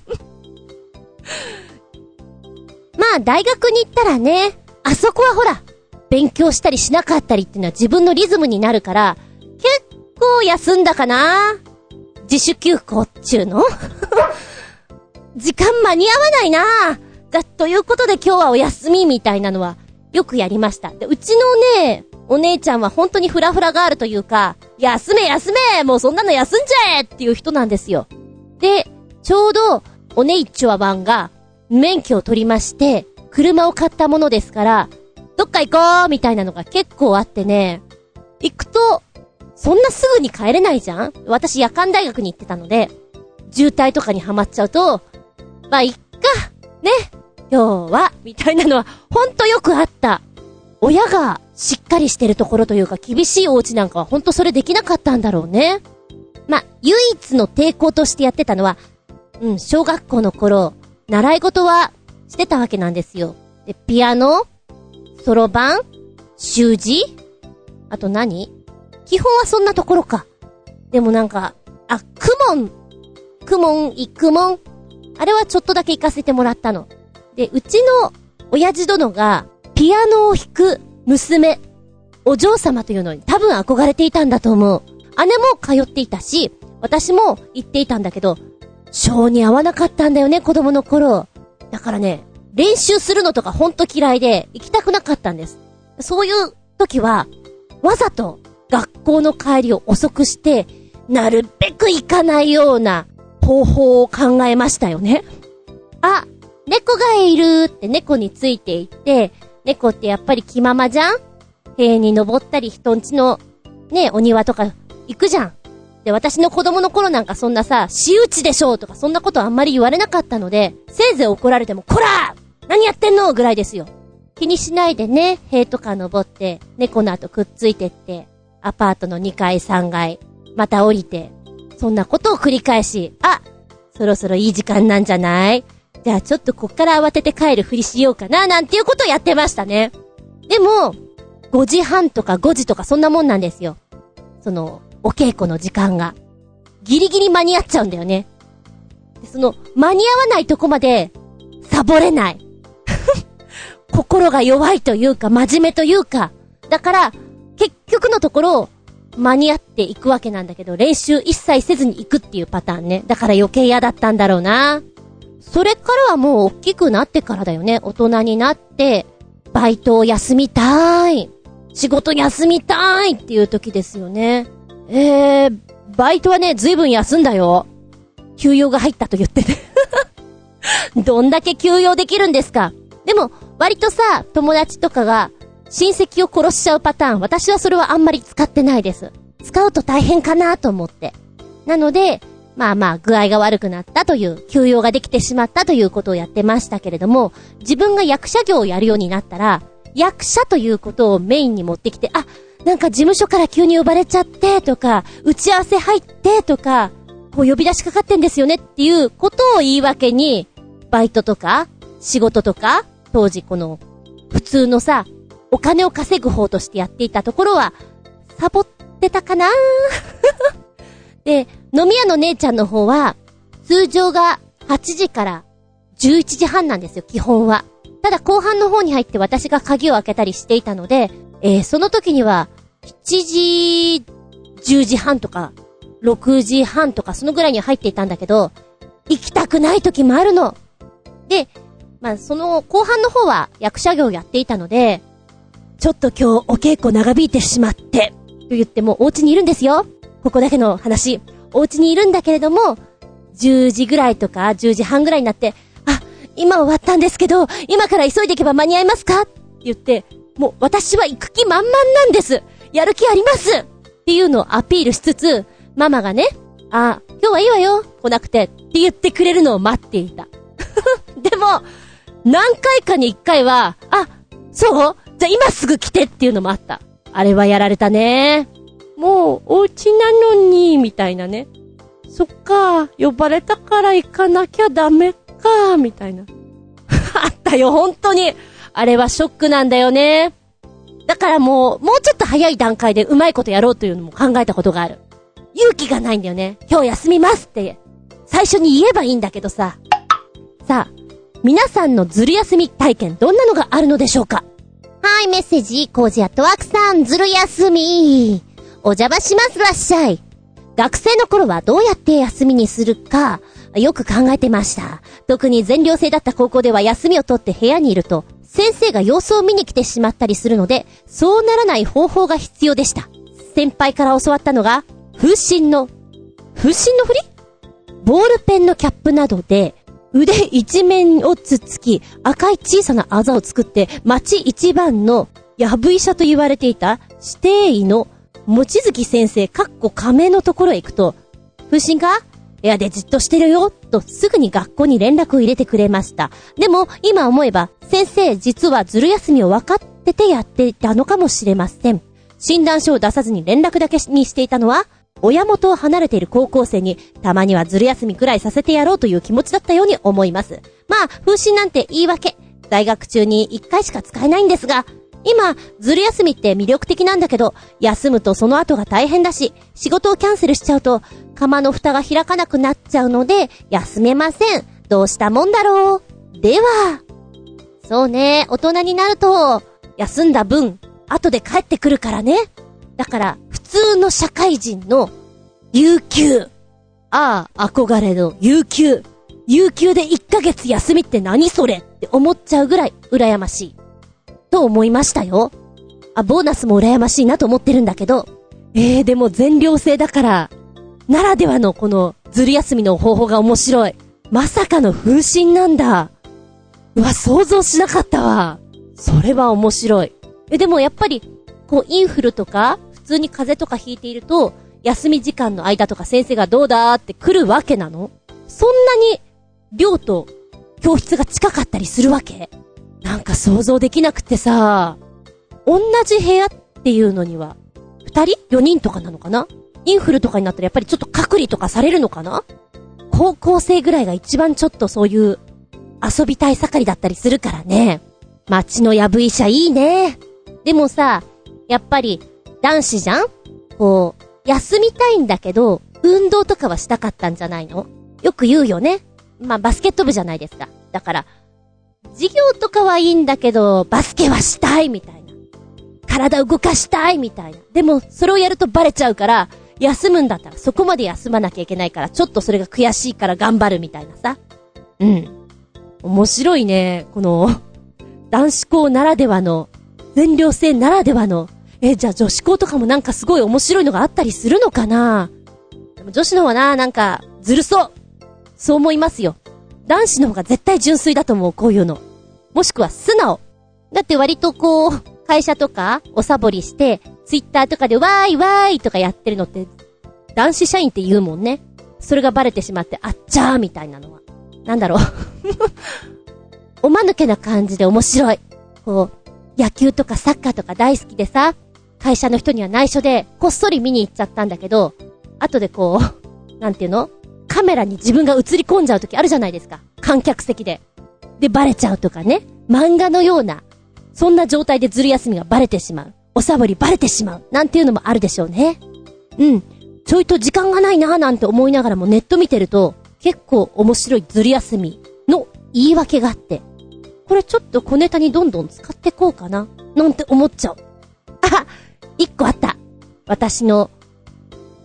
まあ大学に行ったらね、あそこはほら、勉強したりしなかったりっていうのは自分のリズムになるから、結構休んだかな。自主休校っちゅうの時間間に合わないな。ということで今日はお休みみたいなのはよくやりました。で、うちのね、お姉ちゃんは本当にフラフラガールというか、休めもうそんなの休んじゃえっていう人なんですよ。で、ちょうどお姉一丁は番が免許を取りまして、車を買ったものですから、どっか行こうみたいなのが結構あってね、行くと、そんなすぐに帰れないじゃん？私夜間大学に行ってたので、渋滞とかにはまっちゃうと、まあ、いっか、ね、今日は、みたいなのは、ほんとよくあった。親がしっかりしてるところというか、厳しいお家なんかはほんとそれできなかったんだろうね。まあ、唯一の抵抗としてやってたのは、小学校の頃、習い事はしてたわけなんですよ。で、ピアノ、そろばん、習字、あと何？基本はそんなところか。でもなんか、公文、育文、あれはちょっとだけ行かせてもらったの。で、うちの親父殿がピアノを弾く娘、お嬢様というのに多分憧れていたんだと思う。姉も通っていたし、私も行っていたんだけど、性に合わなかったんだよね、子供の頃。だからね、練習するのとかほんと嫌いで行きたくなかったんです。そういう時は、わざと学校の帰りを遅くして、なるべく行かないような方法を考えましたよね。猫がいるって猫についていって、猫ってやっぱり気ままじゃん？塀に登ったり人んちのね、お庭とか行くじゃん。で、私の子供の頃なんかそんなさ、私有地でしょとかそんなことあんまり言われなかったので、せいぜい怒られても、こら！何やってんの？ぐらいですよ。気にしないでね、塀とか登って、猫の後くっついてって、アパートの2階3階、また降りて、そんなことを繰り返し、そろそろいい時間なんじゃない？じゃあちょっとこっから慌てて帰るふりしようかな、なんていうことをやってましたね。でも、5時半とか5時とかそんなもんなんですよ。お稽古の時間が。ギリギリ間に合っちゃうんだよね。で間に合わないとこまで、サボれない。心が弱いというか、真面目というか。だから、結局のところ、間に合っていくわけなんだけど、練習一切せずに行くっていうパターンね。だから余計嫌だったんだろうな。それからはもう大きくなってからだよね。大人になって、バイトを休みたい。仕事休みたいっていう時ですよね。バイトはね、ずいぶん休んだよ。休養が入ったと言ってて。どんだけ休養できるんですか。でも、割とさ、友達とかが、親戚を殺しちゃうパターン、私はそれはあんまり使ってないです。使うと大変かなと思って。なので、まあ具合が悪くなったという、休養ができてしまったということをやってましたけれども、自分が役者業をやるようになったら、役者ということをメインに持ってきて、なんか事務所から急に呼ばれちゃってとか、打ち合わせ入ってとか、こう呼び出しかかってんですよねっていうことを言い訳に、バイトとか、仕事とか、当時普通のさ、お金を稼ぐ方としてやっていたところは、サボってたかなで、飲み屋の姉ちゃんの方は、通常が8時から11時半なんですよ、基本は。ただ後半の方に入って私が鍵を開けたりしていたので、その時には、7時、10時半とか、 6時半とかそのぐらいに入っていたんだけど、行きたくない時もあるの。で、その後半の方は役者業をやっていたので、ちょっと今日お稽古長引いてしまって、と言ってもお家にいるんですよ。ここだけの話。お家にいるんだけれども、10時ぐらいとか10時半ぐらいになって、今終わったんですけど、今から急いでいけば間に合いますかって言って、もう私は行く気満々なんです。やる気ありますっていうのをアピールしつつ、ママがね、今日はいいわよ、来なくてって言ってくれるのを待っていた。でも、何回かに1回は、そう？じゃあ今すぐ来てっていうのもあった。あれはやられたね。もうお家なのに、みたいなね。そっか、呼ばれたから行かなきゃダメか、みたいな。あったよ、本当に。あれはショックなんだよね。だからもうちょっと早い段階でうまいことやろうというのも考えたことがある。勇気がないんだよね。今日休みますって、最初に言えばいいんだけどさ。さあ、皆さんのずる休み体験どんなのがあるのでしょうか。 はい、メッセージ、コージアットワークさん、ずる休み。お邪魔します、らっしゃい。学生の頃はどうやって休みにするか、よく考えてました。特に全寮制だった高校では休みを取って部屋にいると、先生が様子を見に来てしまったりするので、そうならない方法が必要でした。先輩から教わったのが、風疹の振り？ボールペンのキャップなどで、腕一面をつつき、赤い小さなあざを作って、町一番のやぶ医者と言われていた指定医の望月先生仮名のところへ行くと、風疹か？部屋でじっとしてるよ、とすぐに学校に連絡を入れてくれました。でも、今思えば、先生実はずる休みを分かっててやっていたのかもしれません。診断書を出さずに連絡だけにしていたのは、親元を離れている高校生にたまにはずる休みくらいさせてやろうという気持ちだったように思います。風疹なんて言い訳。在学中に1回しか使えないんですが、今、ずる休みって魅力的なんだけど、休むとその後が大変だし、仕事をキャンセルしちゃうと、釜の蓋が開かなくなっちゃうので、休めません。どうしたもんだろう。では、そうね、大人になると、休んだ分、後で帰ってくるからね。だから、普通の社会人の、有給。憧れの有給。有給で1ヶ月休みって何それって思っちゃうぐらい羨ましい。と思いましたよ。ボーナスも羨ましいなと思ってるんだけど、でも全寮制だから、ならではのこのずる休みの方法が面白い。まさかの風疹なんだ。想像しなかったわ。それは面白い。でもやっぱり、インフルとか、普通に風邪とかひいていると、休み時間の間とか先生がどうだーって来るわけなの？そんなに、寮と教室が近かったりするわけ？なんか想像できなくてさ、同じ部屋っていうのには、2人 ?4 人とかなのかな？インフルとかになったらやっぱりちょっと隔離とかされるのかな？高校生ぐらいが一番ちょっとそういう遊びたい盛りだったりするからね。街のやぶ医者いいね。でもさ、やっぱり男子じゃん？休みたいんだけど、運動とかはしたかったんじゃないの？よく言うよね。バスケット部じゃないですか。だから、授業とかはいいんだけど、バスケはしたいみたいな。体動かしたいみたいな。でも、それをやるとバレちゃうから、休むんだったらそこまで休まなきゃいけないから、ちょっとそれが悔しいから頑張るみたいなさ。面白いね。この、男子校ならではの、全寮制ならではの、じゃあ女子校とかもなんかすごい面白いのがあったりするのかな？でも女子の方はなんか、ずるそう。そう思いますよ。男子の方が絶対純粋だと思う、こういうの。もしくは素直。だって割と会社とかおサボりして、ツイッターとかでわーいわーいとかやってるのって、男子社員って言うもんね。それがバレてしまって、あっちゃーみたいなのは。なんだろう。おまぬけな感じで面白い。野球とかサッカーとか大好きでさ、会社の人には内緒で、こっそり見に行っちゃったんだけど、後でなんていうの？カメラに自分が映り込んじゃう時あるじゃないですか。観客席で。で、バレちゃうとかね。漫画のような、そんな状態でずる休みがバレてしまう。おサボりバレてしまう。なんていうのもあるでしょうね。ちょいと時間がないなーなんて思いながらもネット見てると、結構面白いずる休みの言い訳があって、これちょっと小ネタにどんどん使ってこうかな、なんて思っちゃう。一個あった。私の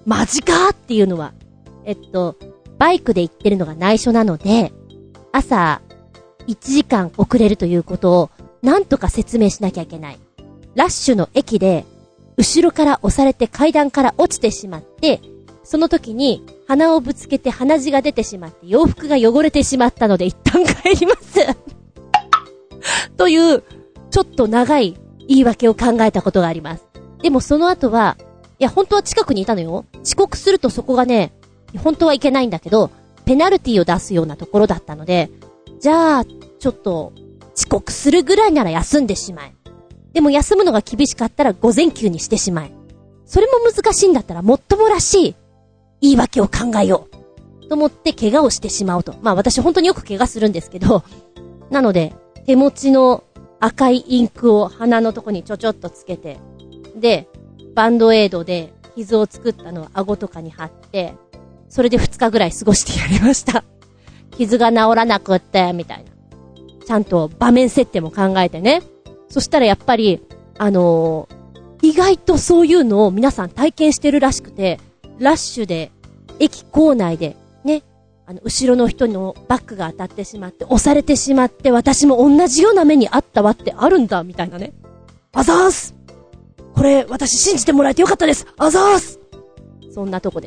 マジかっていうのは、バイクで行ってるのが内緒なので、朝1時間遅れるということをなんとか説明しなきゃいけない。ラッシュの駅で後ろから押されて階段から落ちてしまって、その時に鼻をぶつけて鼻血が出てしまって洋服が汚れてしまったので一旦帰りますというちょっと長い言い訳を考えたことがあります。でもその後は、いや本当は近くにいたのよ。遅刻するとそこがね、本当はいけないんだけど、ペナルティを出すようなところだったので、じゃあちょっと遅刻するぐらいなら休んでしまえ。でも休むのが厳しかったら午前休にしてしまえ。それも難しいんだったらもっともらしい言い訳を考えようと思って怪我をしてしまうと。まあ私本当によく怪我するんですけど、なので手持ちの赤いインクを鼻のとこにちょちょっとつけて、でバンドエイドで傷を作ったのを顎とかに貼って、それで2日ぐらい過ごしてやりました。傷が治らなくってみたいな、ちゃんと場面設定も考えてね。そしたらやっぱり意外とそういうのを皆さん体験してるらしくて、ラッシュで駅構内でね、後ろの人のバッグが当たってしまって押されてしまって、私も同じような目にあったわってあるんだみたいなね。あざーす、これ私信じてもらえてよかったです、あざーす。そんなとこです。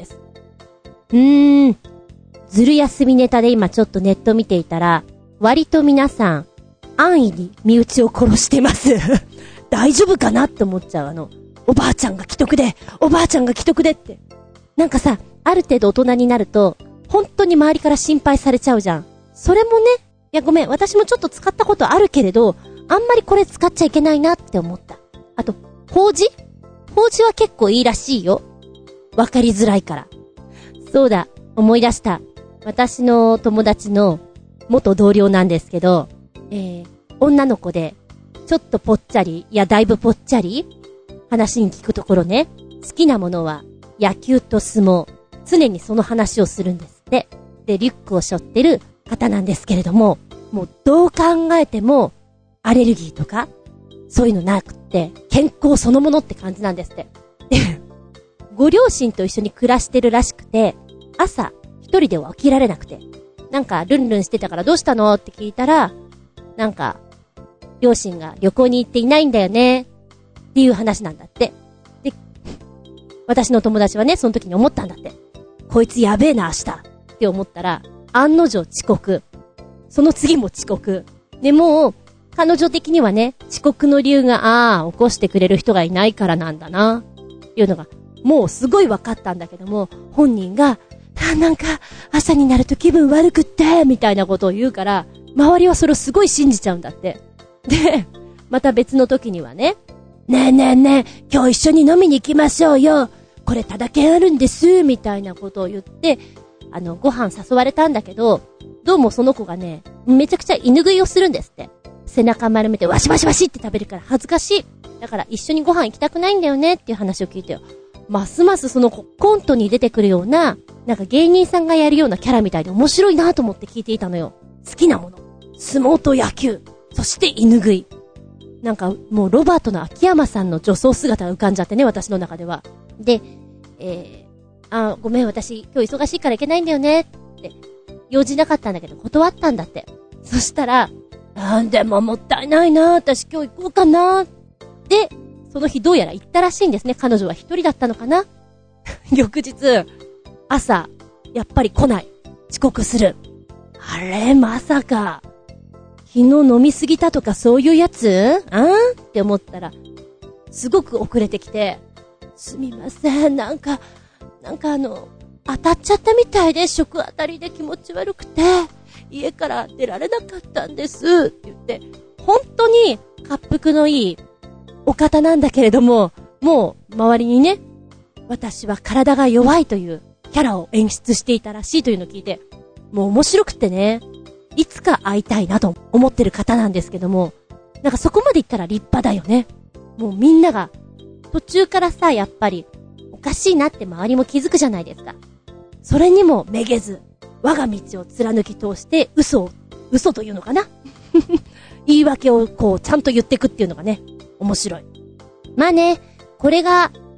ずる休みネタで今ちょっとネット見ていたら、割と皆さん安易に身内を殺してます大丈夫かなって思っちゃう。おばあちゃんが既得で、おばあちゃんが既得でって。なんかさ、ある程度大人になると本当に周りから心配されちゃうじゃん。それもね、いやごめん、私もちょっと使ったことあるけれど、あんまりこれ使っちゃいけないなって思った。あと法事は結構いいらしいよ。わかりづらいから。そうだ、思い出した。私の友達の元同僚なんですけど、女の子でちょっとぽっちゃり、いやだいぶぽっちゃり、話に聞くところね、好きなものは野球と相撲、常にその話をするんですって。でリュックを背負ってる方なんですけれども、もうどう考えてもアレルギーとかそういうのなくって健康そのものって感じなんですって。でご両親と一緒に暮らしてるらしくて、朝一人では起きられなくて、なんかルンルンしてたからどうしたのって聞いたら、なんか両親が旅行に行っていないんだよねっていう話なんだって。で私の友達はね、その時に思ったんだって。こいつやべえな明日って思ったら、案の定遅刻。その次も遅刻。でもう彼女的にはね、遅刻の理由が起こしてくれる人がいないからなんだなっていうのがもうすごい分かったんだけども、本人がなんか朝になると気分悪くってみたいなことを言うから、周りはそれをすごい信じちゃうんだって。でまた別の時にはね、ねえねえねえ、今日一緒に飲みに行きましょうよ、これタダ券あるんですみたいなことを言って、ご飯誘われたんだけど、どうもその子がね、めちゃくちゃ犬食いをするんですって。背中丸めてワシワシワシって食べるから恥ずかしい、だから一緒にご飯行きたくないんだよねっていう話を聞いてよ、ますますその子コントに出てくるような、なんか芸人さんがやるようなキャラみたいで面白いなと思って聞いていたのよ。好きなもの、相撲と野球、そして犬食い。なんかもうロバートの秋山さんの女装姿が浮かんじゃってね、私の中では。で、ごめん私今日忙しいから行けないんだよねって用事なかったんだけど断ったんだって。そしたら、でももったいないな、私今日行こうかな。でその日どうやら行ったらしいんですね。彼女は一人だったのかな翌日朝やっぱり来ない、遅刻する。あれまさか昨日飲みすぎたとかそういうやつって思ったら、すごく遅れてきて、すみません、なんか当たっちゃったみたいで、食当たりで気持ち悪くて家から出られなかったんですって言って、本当に滑腹のいいお方なんだけれども、もう周りにね、私は体が弱いというキャラを演出していたらしいというのを聞いて、もう面白くてね、いつか会いたいなと思ってる方なんですけども、なんかそこまで行ったら立派だよね。もうみんなが途中からさ、やっぱりおかしいなって周りも気づくじゃないですか。それにもめげず我が道を貫き通して嘘というのかな言い訳をこうちゃんと言ってくっていうのがね、面白い。まあね、これが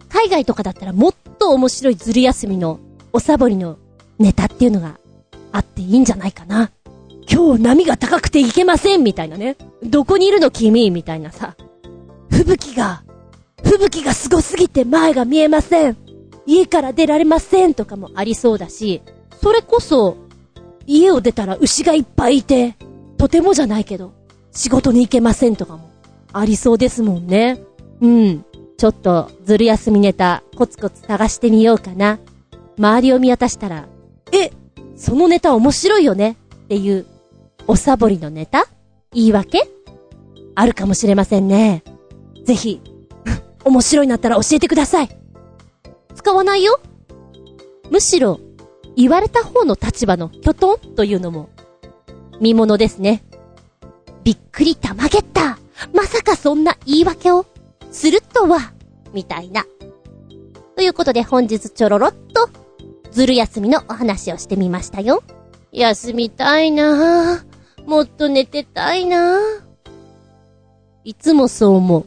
海外とかだったらもっと面白いずる休みのおサボりのネタっていうのがあっていいんじゃないかな。今日波が高くて行けませんみたいなね。どこにいるの君みたいなさ。吹雪がすごすぎて前が見えません。家から出られませんとかもありそうだし、それこそ家を出たら牛がいっぱいいて、とてもじゃないけど仕事に行けませんとかもありそうですもんね。ちょっとずる休みネタコツコツ探してみようかな。周りを見渡したら、そのネタ面白いよねっていうおサボりのネタ？言い訳？あるかもしれませんね。ぜひ面白いなったら教えてください。使わないよ。むしろ言われた方の立場のキョトンというのも見物ですね。びっくりたまげった。まさかそんな言い訳をするとはみたいな。ということで本日ちょろろっとずる休みのお話をしてみましたよ。休みたいなぁ。もっと寝てたいなぁ。いつもそう思う。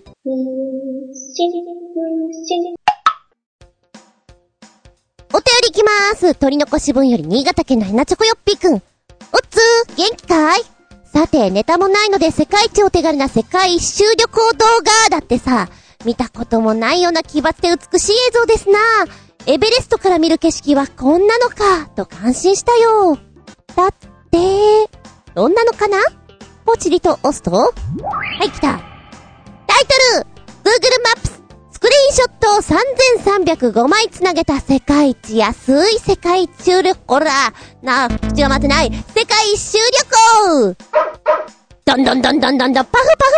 お便りいきまーす。取り残し分より新潟県のヘナチョコヨッピーくん。おっつー、元気かい？さて、ネタもないので世界一お手軽な世界一周旅行動画だってさ、見たこともないような奇抜で美しい映像ですな。エベレストから見る景色はこんなのか、と感心したよ。だって、どんなのかな？ポチリと押すと、はい、来た。タイトル Google マップススクリーンショットを3305枚つなげた世界一安い世界一周旅行だ。口が待てない。世界一周旅行どんどんパフパフパフパ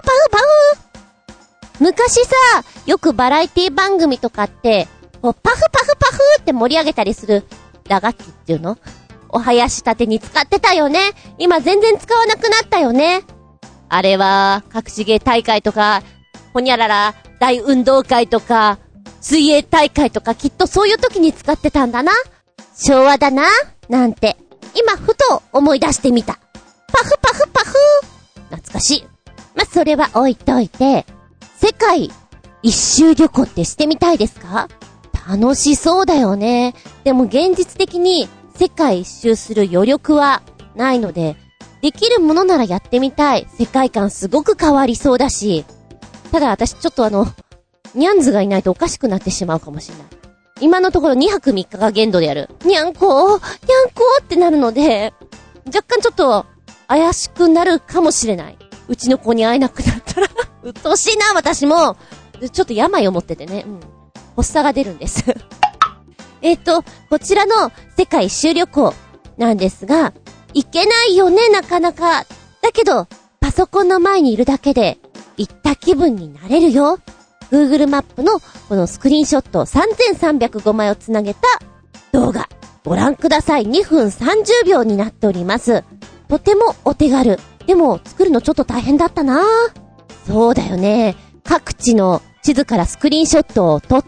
フ。昔さ、よくバラエティ番組とかって、パフパフパフって盛り上げたりする打楽器っていうの？お囃子立てに使ってたよね。今全然使わなくなったよね。あれは、隠し芸大会とか、ほにゃらら大運動会とか、水泳大会とかきっとそういう時に使ってたんだな。昭和だな、なんて。今ふと思い出してみた。パフパフパフ。懐かしい。それは置いといて、世界一周旅行ってしてみたいですか？楽しそうだよね。でも現実的に世界一周する余力はないので、できるものならやってみたい。世界観すごく変わりそうだし。ただ私ちょっとニャンズがいないとおかしくなってしまうかもしれない。今のところ2泊3日が限度でやる。にゃんこってなるので、若干ちょっと怪しくなるかもしれない。うちの子に会えなくなったら、うっとうしいな、私も。ちょっと病を持っててね。発作が出るんです。こちらの世界一周旅行なんですが、行けないよね、なかなか。だけど、パソコンの前にいるだけで、行った気分になれるよ。Google マップのこのスクリーンショット3305枚をつなげた動画。ご覧ください。2分30秒になっております。とてもお手軽。でも、作るのちょっと大変だったな。そうだよね。各地の地図からスクリーンショットを撮って、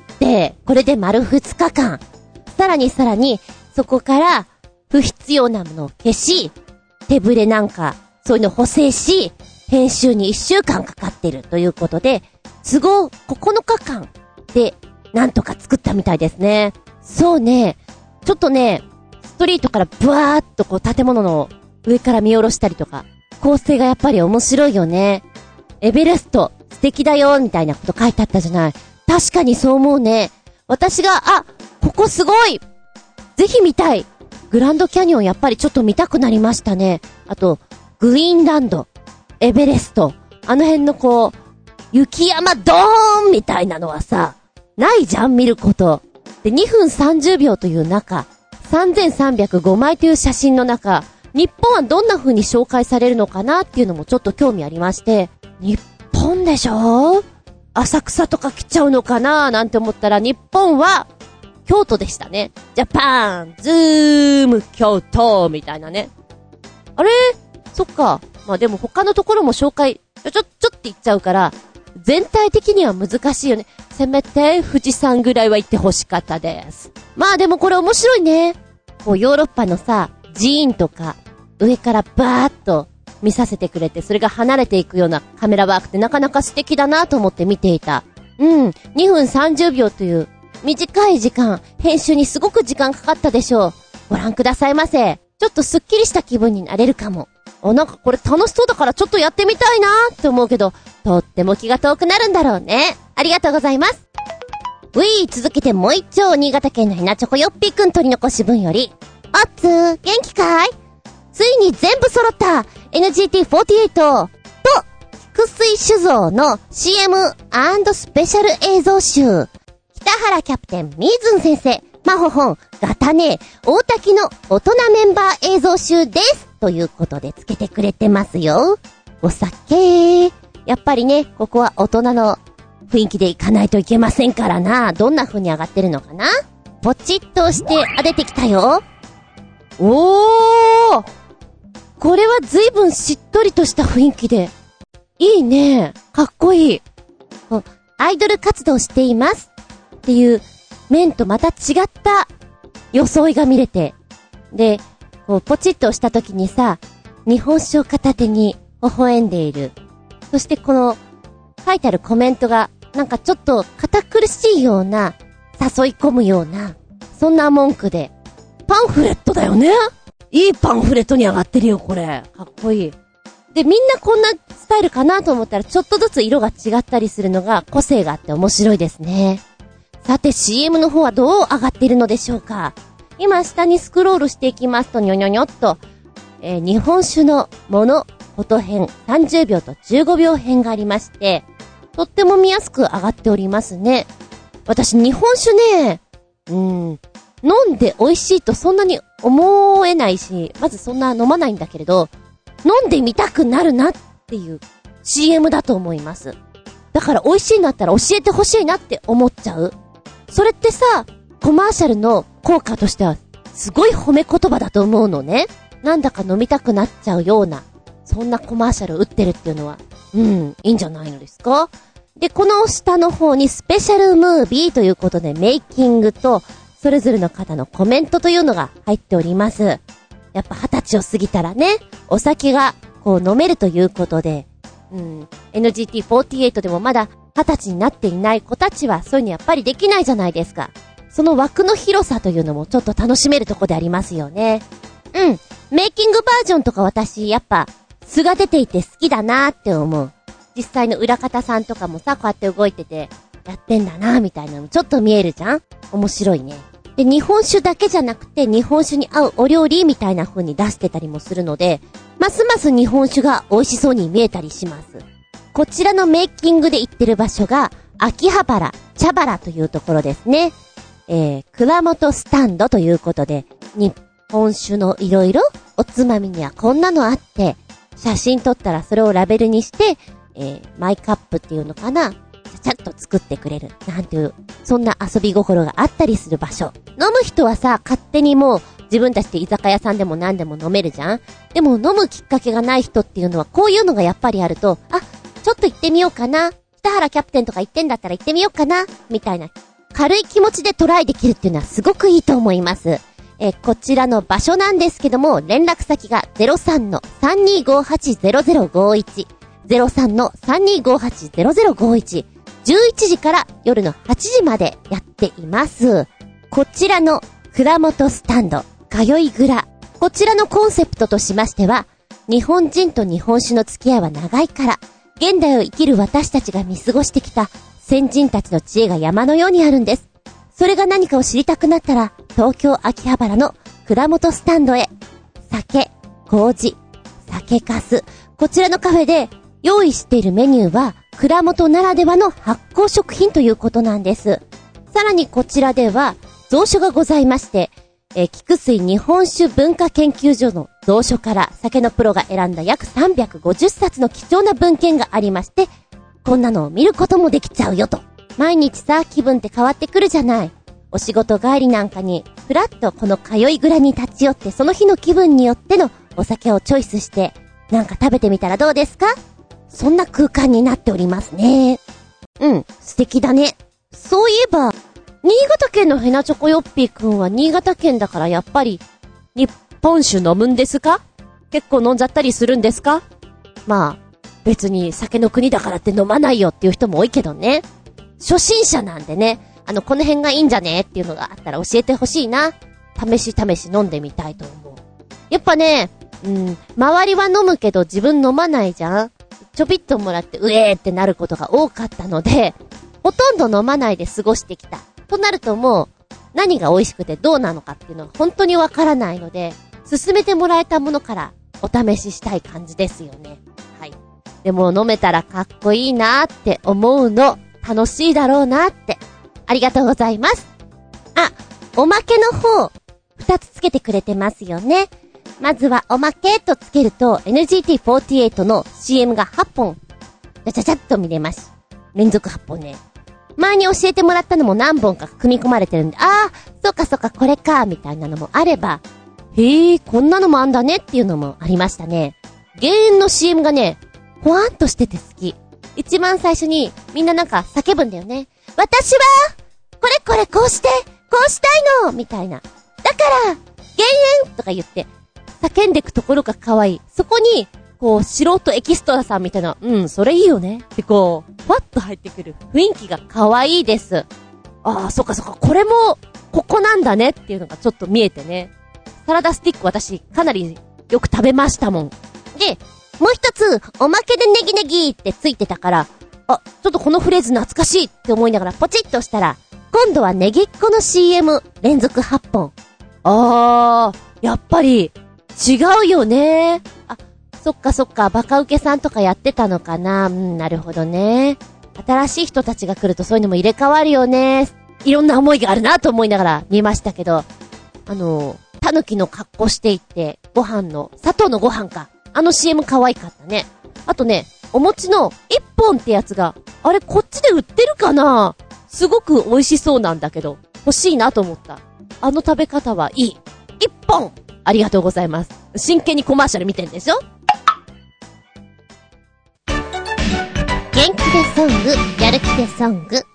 これで丸2日間。さらに、そこから不必要なものを消し、手ぶれなんか、そういうの補正し、編集に1週間かかってるということで、都合9日間でなんとか作ったみたいですね。そうね、ちょっとね、ストリートからブワーっとこう建物の上から見下ろしたりとか、構成がやっぱり面白いよね。エベレスト素敵だよみたいなこと書いてあったじゃない。確かにそう思うね。私が、ここすごいぜひ見たいグランドキャニオンやっぱりちょっと見たくなりましたね。あと、グイーンランド、エベレスト、あの辺のこう、雪山ドーンみたいなのはさ、ないじゃん見ること。で、2分30秒という中、3305枚という写真の中、日本はどんな風に紹介されるのかなっていうのもちょっと興味ありまして、日本でしょ？浅草とか来ちゃうのかななんて思ったら、日本は京都でしたね。ジャパンズーム京都みたいなね。あれ？そっか。でも他のところも紹介ちょって言っちゃうから全体的には難しいよね。せめて富士山ぐらいは行ってほしかったです。でもこれ面白いね。こうヨーロッパのさ、寺院とか上からバーッと見させてくれて、それが離れていくようなカメラワークってなかなか素敵だなと思って見ていた。2分30秒という短い時間、編集にすごく時間かかったでしょう。ご覧くださいませ。ちょっとスッキリした気分になれるかも。なんかこれ楽しそうだからちょっとやってみたいなーって思うけど、とっても気が遠くなるんだろうね。ありがとうございます。続けてもう一丁、新潟県のひなチョコよっぴーくん取り残し分より。元気かい？ついに全部揃った NGT48 と、菊水酒造の CM& スペシャル映像集。北原キャプテン、みーずん先生、まほほん、ガタネ、大滝の大人メンバー映像集です。ということでつけてくれてますよ。お酒。やっぱりね、ここは大人の雰囲気でいかないといけませんからな。どんな風に上がってるのかな？ポチッと押して、出てきたよ。おー！これは随分しっとりとした雰囲気で。いいね。かっこいい。アイドル活動していますっていう面とまた違った装いが見れて。で、ポチッと押した時にさ、日本酒を片手に微笑んでいる。そしてこの書いてあるコメントがなんかちょっと堅苦しいような、誘い込むような、そんな文句で。パンフレットだよね。いいパンフレットに上がってるよこれ。かっこいい。で、みんなこんなスタイルかなと思ったらちょっとずつ色が違ったりするのが個性があって面白いですね。さて CM の方はどう上がっているのでしょうか。今下にスクロールしていきますとにょにょにょっと、日本酒のものフォト編30秒と15秒編がありまして、とっても見やすく上がっておりますね。私日本酒ね、飲んで美味しいとそんなに思えないし、まずそんな飲まないんだけれど、飲んでみたくなるなっていう CM だと思います。だから美味しいんだったら教えてほしいなって思っちゃう。それってさ、コマーシャルの効果としてはすごい褒め言葉だと思うのね。なんだか飲みたくなっちゃうような、そんなコマーシャル打ってるっていうのは、いいんじゃないのですか。で、この下の方にスペシャルムービーということでメイキングとそれぞれの方のコメントというのが入っております。やっぱ20歳を過ぎたらね、お酒がこう飲めるということで、NGT48 でもまだ20歳になっていない子たちはそういうのやっぱりできないじゃないですか。その枠の広さというのもちょっと楽しめるとこでありますよね。メイキングバージョンとか私やっぱ素が出ていて好きだなーって思う。実際の裏方さんとかもさ、こうやって動いててやってんだなーみたいなのちょっと見えるじゃん。面白いね。で、日本酒だけじゃなくて日本酒に合うお料理みたいな風に出してたりもするので、ますます日本酒が美味しそうに見えたりします。こちらのメイキングで行ってる場所が秋葉原、茶原というところですね。蔵元スタンドということで、日本酒のいろいろおつまみにはこんなのあって、写真撮ったらそれをラベルにして、マイカップっていうのかな、ちゃっと作ってくれるなんていう、そんな遊び心があったりする場所。飲む人はさ、勝手にもう自分たちで居酒屋さんでも何でも飲めるじゃん。でも飲むきっかけがない人っていうのはこういうのがやっぱりあると、ちょっと行ってみようかな、北原キャプテンとか行ってんだったら行ってみようかなみたいな軽い気持ちでトライできるっていうのはすごくいいと思います。こちらの場所なんですけども、連絡先が 03-3258-0051 03-3258-0051 11時から夜の8時までやっています。こちらの蔵元スタンド、通い蔵。こちらのコンセプトとしましては、日本人と日本酒の付き合いは長いから、現代を生きる私たちが見過ごしてきた先人たちの知恵が山のようにあるんです。それが何かを知りたくなったら、東京秋葉原の蔵元スタンドへ。酒、麹、酒粕。こちらのカフェで用意しているメニューは、蔵元ならではの発酵食品ということなんです。さらにこちらでは、蔵書がございまして、菊水日本酒文化研究所の蔵書から酒のプロが選んだ約350冊の貴重な文献がありまして、こんなのを見ることもできちゃうよと。毎日さ、気分って変わってくるじゃない。お仕事帰りなんかに、ふらっとこの通い蔵に立ち寄って、その日の気分によってのお酒をチョイスして、なんか食べてみたらどうですか？そんな空間になっておりますね。素敵だね。そういえば、新潟県のヘナチョコヨッピーくんは新潟県だからやっぱり、日本酒飲むんですか？結構飲んじゃったりするんですか？まあ、別に酒の国だからって飲まないよっていう人も多いけどね。初心者なんでね、 この辺がいいんじゃねっていうのがあったら教えてほしいな。試し飲んでみたいと思う。やっぱね、周りは飲むけど自分飲まないじゃん。ちょびっともらってうえーってなることが多かったので、ほとんど飲まないで過ごしてきた。となるともう、何が美味しくてどうなのかっていうのは本当にわからないので、勧めてもらえたものからお試ししたい感じですよね。はい。でも飲めたらかっこいいなーって思うの、楽しいだろうなーって。ありがとうございます。あ、おまけの方、2つつけてくれてますよね。まずはおまけとつけると NGT48 の CM が8本、ちゃちゃっと見れます。連続8本ね。前に教えてもらったのも何本か組み込まれてるんで、そうかこれか、みたいなのもあれば、こんなのもあんだねっていうのもありましたね。減塩の CM がね、ほわんとしてて好き。一番最初にみんななんか叫ぶんだよね。私は、これこうして、こうしたいのみたいな。だから、減塩とか言って、叫んでくところが可愛い。そこに、こう、素人エキストラさんみたいな、それいいよね。ってこう、ふわっと入ってくる雰囲気が可愛いです。そっか、これも、ここなんだねっていうのがちょっと見えてね。サラダスティック私、かなりよく食べましたもん。で、もう一つ、おまけでネギネギってついてたから、ちょっとこのフレーズ懐かしいって思いながらポチッと押したら、今度はネギっ子の CM 連続8本。やっぱり、違うよね。そっか、バカウケさんとかやってたのかな。なるほどね。新しい人たちが来るとそういうのも入れ替わるよね。いろんな思いがあるなと思いながら見ましたけど、タヌキの格好していって、砂糖のご飯か。CM 可愛かったね。あとね、お餅の1本ってやつが、あれこっちで売ってるかな？すごく美味しそうなんだけど、欲しいなと思った。食べ方はいい。1本ありがとうございます。真剣にコマーシャル見てんでしょ？元気でソング、やる気でソング。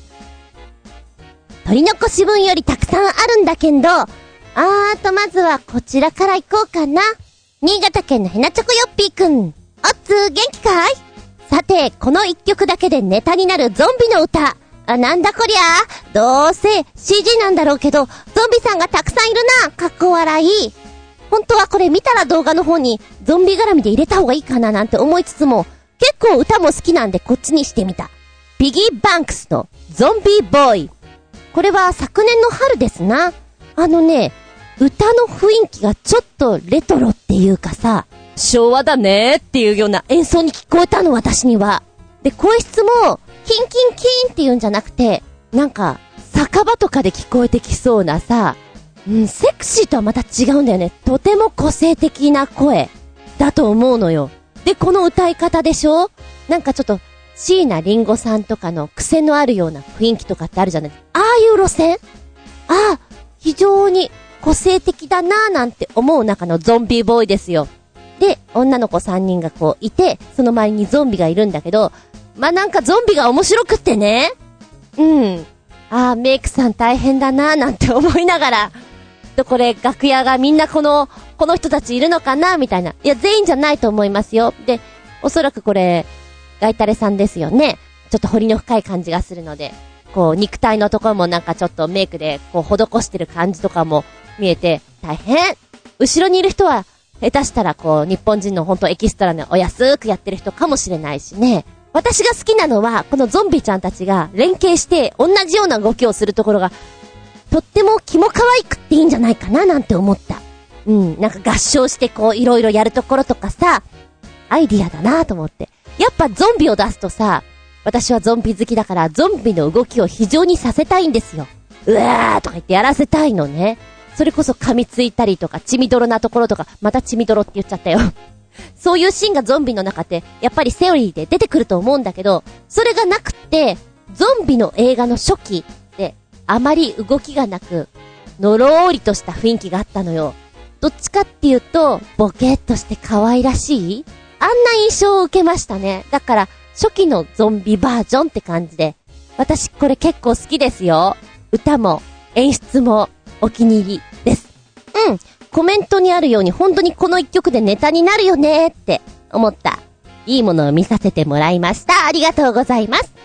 取り残し分よりたくさんあるんだけど、まずはこちらから行こうかな。新潟県のヘナチョコヨッピーくん。おっつー元気かい？さて、この一曲だけでネタになるゾンビの歌。なんだこりゃ？どうせ CG なんだろうけど、ゾンビさんがたくさんいるな。かっこ笑い。本当はこれ見たら動画の方にゾンビ絡みで入れた方がいいかななんて思いつつも、結構歌も好きなんでこっちにしてみた。ビギー・バンクスのゾンビボーイ。これは昨年の春ですな。歌の雰囲気がちょっとレトロっていうかさ、昭和だねっていうような演奏に聞こえたの、私には。で、声質もキンキンキンっていうんじゃなくて、なんか酒場とかで聞こえてきそうなさ、セクシーとはまた違うんだよね。とても個性的な声だと思うのよ。で、この歌い方でしょ？なんかちょっと椎名林檎さんとかの癖のあるような雰囲気とかってあるじゃない。ああいう路線？非常に個性的だなぁなんて思う中のゾンビボーイですよ。で、女の子3人がこういて、その周りにゾンビがいるんだけど、なんかゾンビが面白くってね。メイクさん大変だなぁなんて思いながら、これ楽屋がみんなこの人たちいるのかなみたいな。いや、全員じゃないと思いますよ。で、おそらくこれ、ガイタレさんですよね。ちょっと彫りの深い感じがするので、こう、肉体のところもなんかちょっとメイクで、こう、施してる感じとかも見えて、大変。後ろにいる人は、下手したらこう、日本人の本当エキストラのお安くやってる人かもしれないしね。私が好きなのは、このゾンビちゃんたちが連携して、同じような動きをするところが、とってもキモ可愛くっていいんじゃないかななんて思った。なんか合唱してこう、いろいろやるところとかさ、アイディアだなと思って。やっぱゾンビを出すとさ、私はゾンビ好きだからゾンビの動きを非常にさせたいんですよ。うわーとか言ってやらせたいのね。それこそ噛みついたりとか血みどろなところとか、また血みどろって言っちゃったよ。そういうシーンがゾンビの中ってやっぱりセオリーで出てくると思うんだけど、それがなくって、ゾンビの映画の初期ってあまり動きがなく、のろーりとした雰囲気があったのよ。どっちかっていうと、ボケーっとして可愛らしいあんな印象を受けましたね。だから、初期のゾンビバージョンって感じで。私これ結構好きですよ。歌も、演出も、お気に入りです。コメントにあるように本当にこの一曲でネタになるよねって思った。いいものを見させてもらいました。ありがとうございます。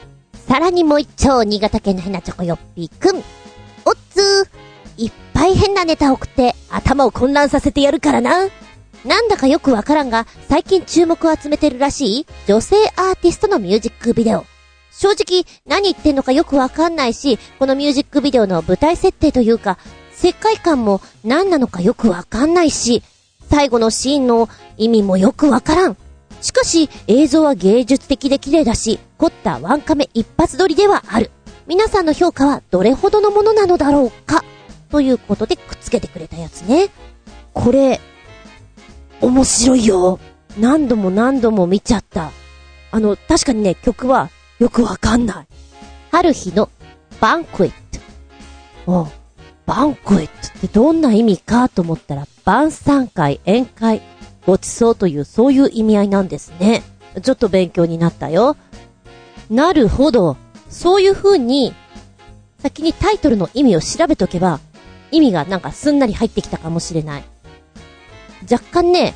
さらにもう一丁、新潟県のヘナチョコヨッピーくん。おっつー。いっぱい変なネタ送って頭を混乱させてやるからな。なんだかよくわからんが、最近注目を集めてるらしい女性アーティストのミュージックビデオ。正直何言ってんのかよくわかんないし、このミュージックビデオの舞台設定というか、世界観も何なのかよくわかんないし、最後のシーンの意味もよくわからん。しかし映像は芸術的で綺麗だし、凝ったワンカメ一発撮りではある。皆さんの評価はどれほどのものなのだろうか、ということでくっつけてくれたやつね。これ面白いよ。何度も何度も見ちゃった。確かにね、曲はよくわかんない。春日のバンクエット。バンクエットってどんな意味かと思ったら、晩餐会、宴会、ごちそうというそういう意味合いなんですね。ちょっと勉強になったよ。なるほど。そういう風に先にタイトルの意味を調べとけば、意味がなんかすんなり入ってきたかもしれない。若干ね、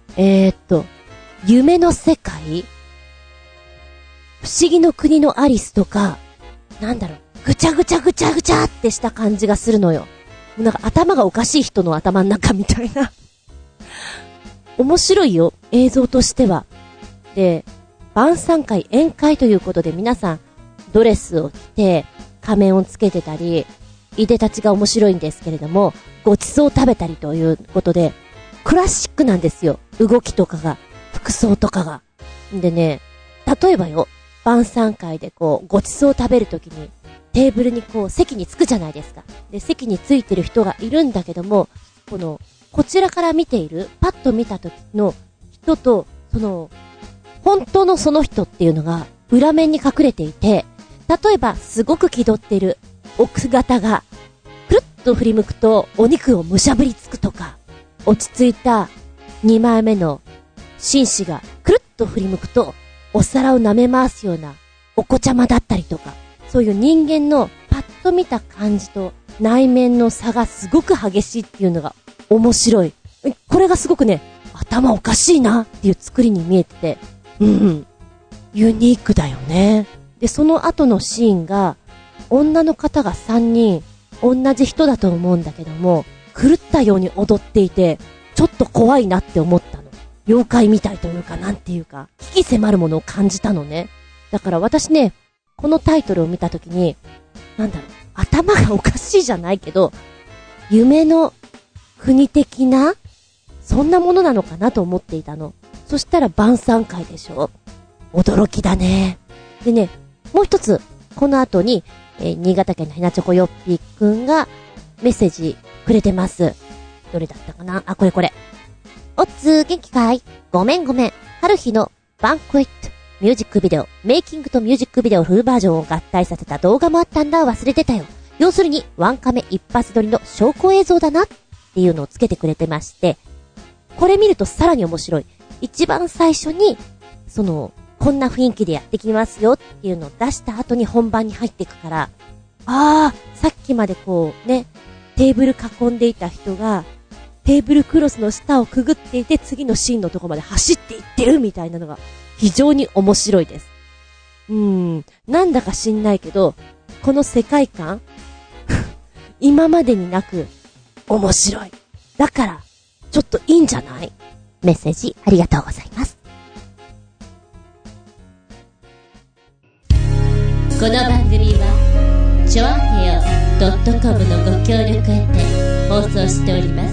夢の世界、不思議の国のアリスとか、なんだろう、ぐちゃぐちゃぐちゃぐちゃってした感じがするのよ。なんか頭がおかしい人の頭の中みたいな。面白いよ、映像としては。で、晩餐会、宴会ということで皆さんドレスを着て仮面をつけてたり、いでたちが面白いんですけれども、ごちそうを食べたりということでクラシックなんですよ。動きとかが、服装とかが。でね、例えばよ、晩餐会でこうごちそうを食べるときにテーブルにこう席に着くじゃないですか。で、席に着いてる人がいるんだけども、こちらから見ている、パッと見た時の人と、本当のその人っていうのが裏面に隠れていて、例えばすごく気取っている奥方がくるっと振り向くとお肉をむしゃぶりつくとか、落ち着いた2枚目の紳士がくるっと振り向くとお皿を舐め回すようなお子ちゃまだったりとか、そういう人間のパッと見た感じと内面の差がすごく激しいっていうのが面白い。これがすごくね、頭おかしいなっていう作りに見えてて、ユニークだよね。で、その後のシーンが、女の方が3人同じ人だと思うんだけども、狂ったように踊っていて、ちょっと怖いなって思ったの。妖怪みたいというか、なんていうか、危機迫るものを感じたのね。だから私ね、このタイトルを見たときに、なんだろう、頭がおかしいじゃないけど、夢の国的なそんなものなのかなと思っていたの。そしたら晩餐会でしょ。驚きだね。でね、もう一つこの後に、新潟県のヘナチョコヨッピーくんがメッセージくれてます。どれだったかな。これ。おっつー、元気かい？ごめん。春日のバンクエットミュージックビデオ、メイキングとミュージックビデオフルバージョンを合体させた動画もあったんだ。忘れてたよ。要するにワンカメ一発撮りの証拠映像だなっていうのをつけてくれてまして、これ見るとさらに面白い。一番最初にこんな雰囲気でやってきますよっていうのを出した後に本番に入っていくから、さっきまでこうね、テーブル囲んでいた人がテーブルクロスの下をくぐっていて、次のシーンのとこまで走っていってるみたいなのが非常に面白いです。なんだか知んないけど、この世界観今までになく面白い。だからちょっといいんじゃない？メッセージありがとうございます。 この番組はちょあへよ .com のご協力へて放送しております。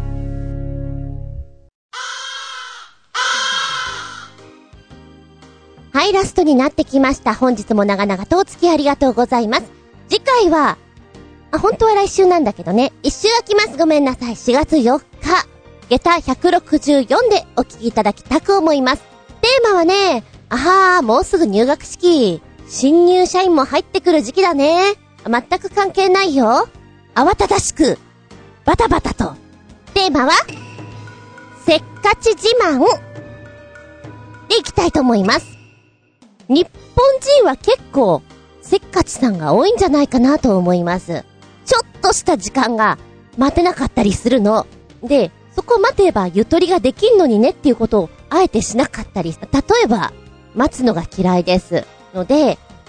はい、ラストになってきました。本日も長々とお付き合いありがとうございます。次回は本当は来週なんだけどね、一週空きます。ごめんなさい。4月4日下駄164でお聞きいただきたく思います。テーマはね、もうすぐ入学式、新入社員も入ってくる時期だね。全く関係ないよ。慌ただしくバタバタと。テーマはせっかち自慢でいきたいと思います。日本人は結構せっかちさんが多いんじゃないかなと思います。ちょっとした時間が待てなかったりするので、そこ待てばゆとりができんのにねっていうことをあえてしなかったり、例えば待つのが嫌いですので、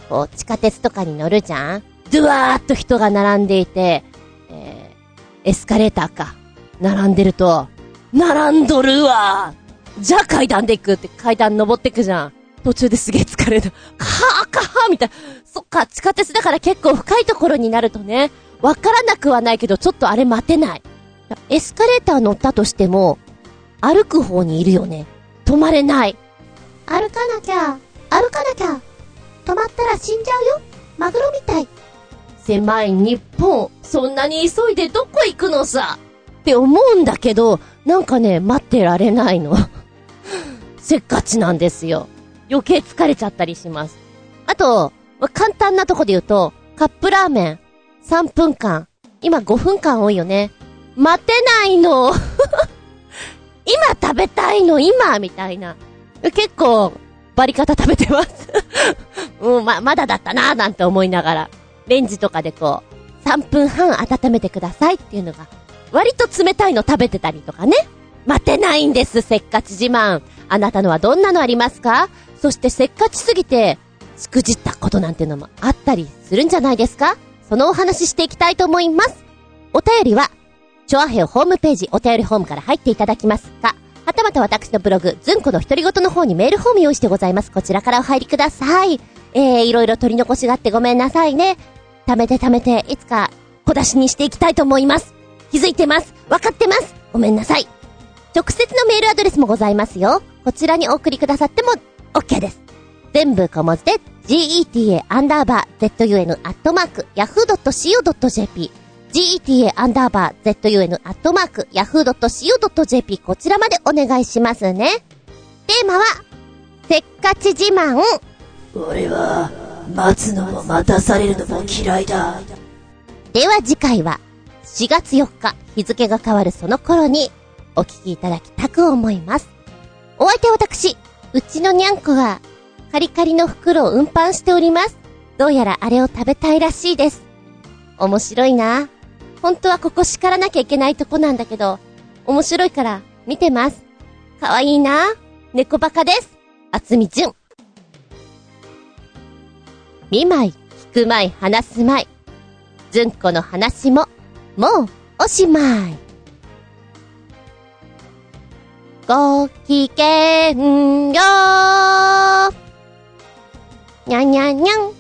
こう、地下鉄とかに乗るじゃん？ドゥワーっと人が並んでいて、エスカレーターか。並んでると、並んどるわー。じゃあ階段で行くって階段登ってくじゃん。途中ですげえ疲れる。カーカーみたいな。そっか、地下鉄だから結構深いところになるとね、わからなくはないけど、ちょっとあれ待てない。エスカレーター乗ったとしても、歩く方にいるよね。止まれない。 歩かなきゃ、歩かなきゃ。止まったら死んじゃうよ。マグロみたい。 狭い日本、そんなに急いでどこ行くのさって思うんだけど、なんかね、待ってられないの。せっかちなんですよ。余計疲れちゃったりします。あと、簡単なとこで言うと、カップラーメン、3分間。今5分間多いよね。待てないの。今食べたいの、今みたいな。結構、バリカタ食べてます。まだだったなーなんて思いながら。レンジとかでこう、3分半温めてくださいっていうのが、割と冷たいの食べてたりとかね。待てないんです、せっかち自慢。あなたのはどんなのありますか？そしてせっかちすぎて、しくじったことなんてのもあったりするんじゃないですか？そのお話ししていきたいと思います。お便りは、チョアヘオホームページお便りフォームから入っていただきますか、はたまた私のブログ、ずんこの独り言の方にメールフォーム用意してございます。こちらからお入りください。いろいろ取り残しがあってごめんなさいね。貯めて、いつか小出しにしていきたいと思います。気づいてます。わかってます。ごめんなさい。直接のメールアドレスもございますよ。こちらにお送りくださっても OK です。全部小文字で geta_zun@yahoo.co.jp geta_zun@yahoo.co.jp こちらまでお願いしますね。テーマはせっかち自慢。 俺は待つのも待たされるのも嫌いだ。 では次回は4月4日日付が変わるその頃にお聞きいただきたく思います。お相手は私、うちのにゃんこがカリカリの袋を運搬しております。どうやらあれを食べたいらしいです。面白いな。本当はここ叱らなきゃいけないとこなんだけど、面白いから見てます。かわいいな。猫バカです。あつみじゅん。見舞い、聞く舞い、話す舞い。ずんこの話も、もう、おしまい。ごきげんよー。にゃんにゃんにゃん。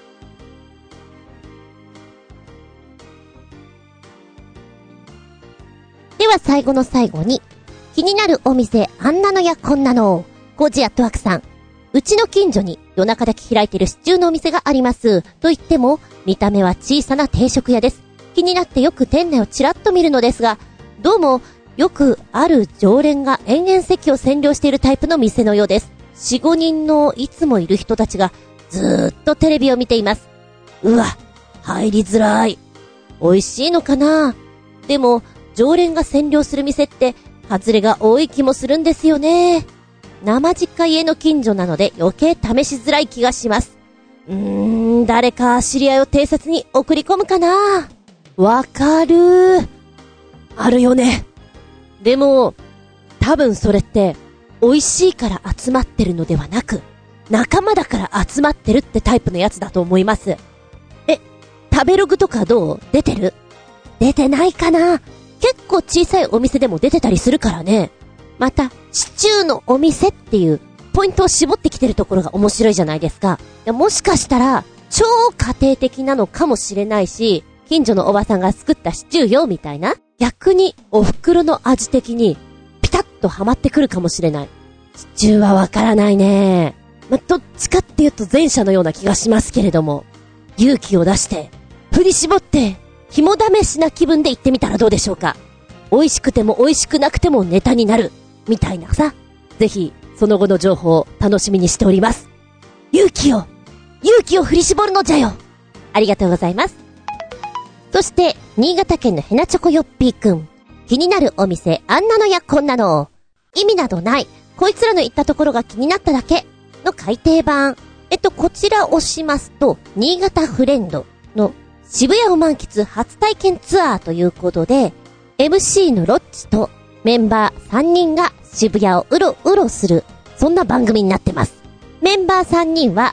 では最後の最後に、気になるお店、あんなのやこんなの。コージアットワークさん。うちの近所に夜中だけ開いてるシチューのお店があります。と言っても、見た目は小さな定食屋です。気になってよく店内をちらっと見るのですが、どうも、よくある常連が延々席を占領しているタイプの店のようです。4、5人のいつもいる人たちがずーっとテレビを見ています。うわ、入りづらい。美味しいのかな？でも、常連が占領する店って、外れが多い気もするんですよね。生実家家の近所なので余計試しづらい気がします。誰か知り合いを偵察に送り込むかな？わかるー。あるよね。でも、多分それって、美味しいから集まってるのではなく、仲間だから集まってるってタイプのやつだと思います。食べログとかどう？出てる？出てないかな？結構小さいお店でも出てたりするからね。また、シチューのお店っていうポイントを絞ってきてるところが面白いじゃないですか。もしかしたら、超家庭的なのかもしれないし、近所のおばさんが作ったシチューよみたいな。逆にお袋の味的にピタッとハマってくるかもしれない。シチューはわからないね。どっちかっていうと前者のような気がしますけれども、勇気を出して振り絞って肝試しな気分で行ってみたらどうでしょうか。美味しくても美味しくなくてもネタになるみたいなさ。ぜひその後の情報を楽しみにしております。勇気を振り絞るのじゃよ。ありがとうございます。そして新潟県のヘナチョコヨッピーくん。気になるお店、あんなのやこんなの。意味などない、こいつらの言ったところが気になっただけの改訂版。こちらを押しますと、新潟フレンドの渋谷を満喫初体験ツアーということで、MC のロッチとメンバー3人が渋谷をうろうろする、そんな番組になってます。メンバー3人は、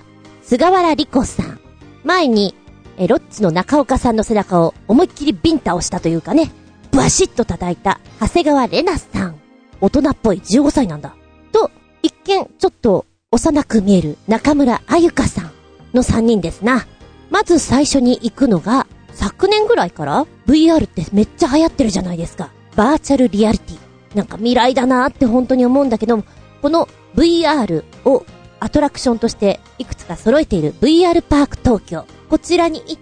菅原理子さん。前に、ロッチの中岡さんの背中を思いっきりビンタをしたというかね、バシッと叩いた長谷川玲奈さん。大人っぽい15歳なんだ。と、一見ちょっと幼く見える中村あゆかさんの3人ですな。まず最初に行くのが、昨年ぐらいから VR ってめっちゃ流行ってるじゃないですか。バーチャルリアリティ。なんか未来だなーって本当に思うんだけども、この VR をアトラクションとしていくつか揃えている VR パーク東京。こちらに行って、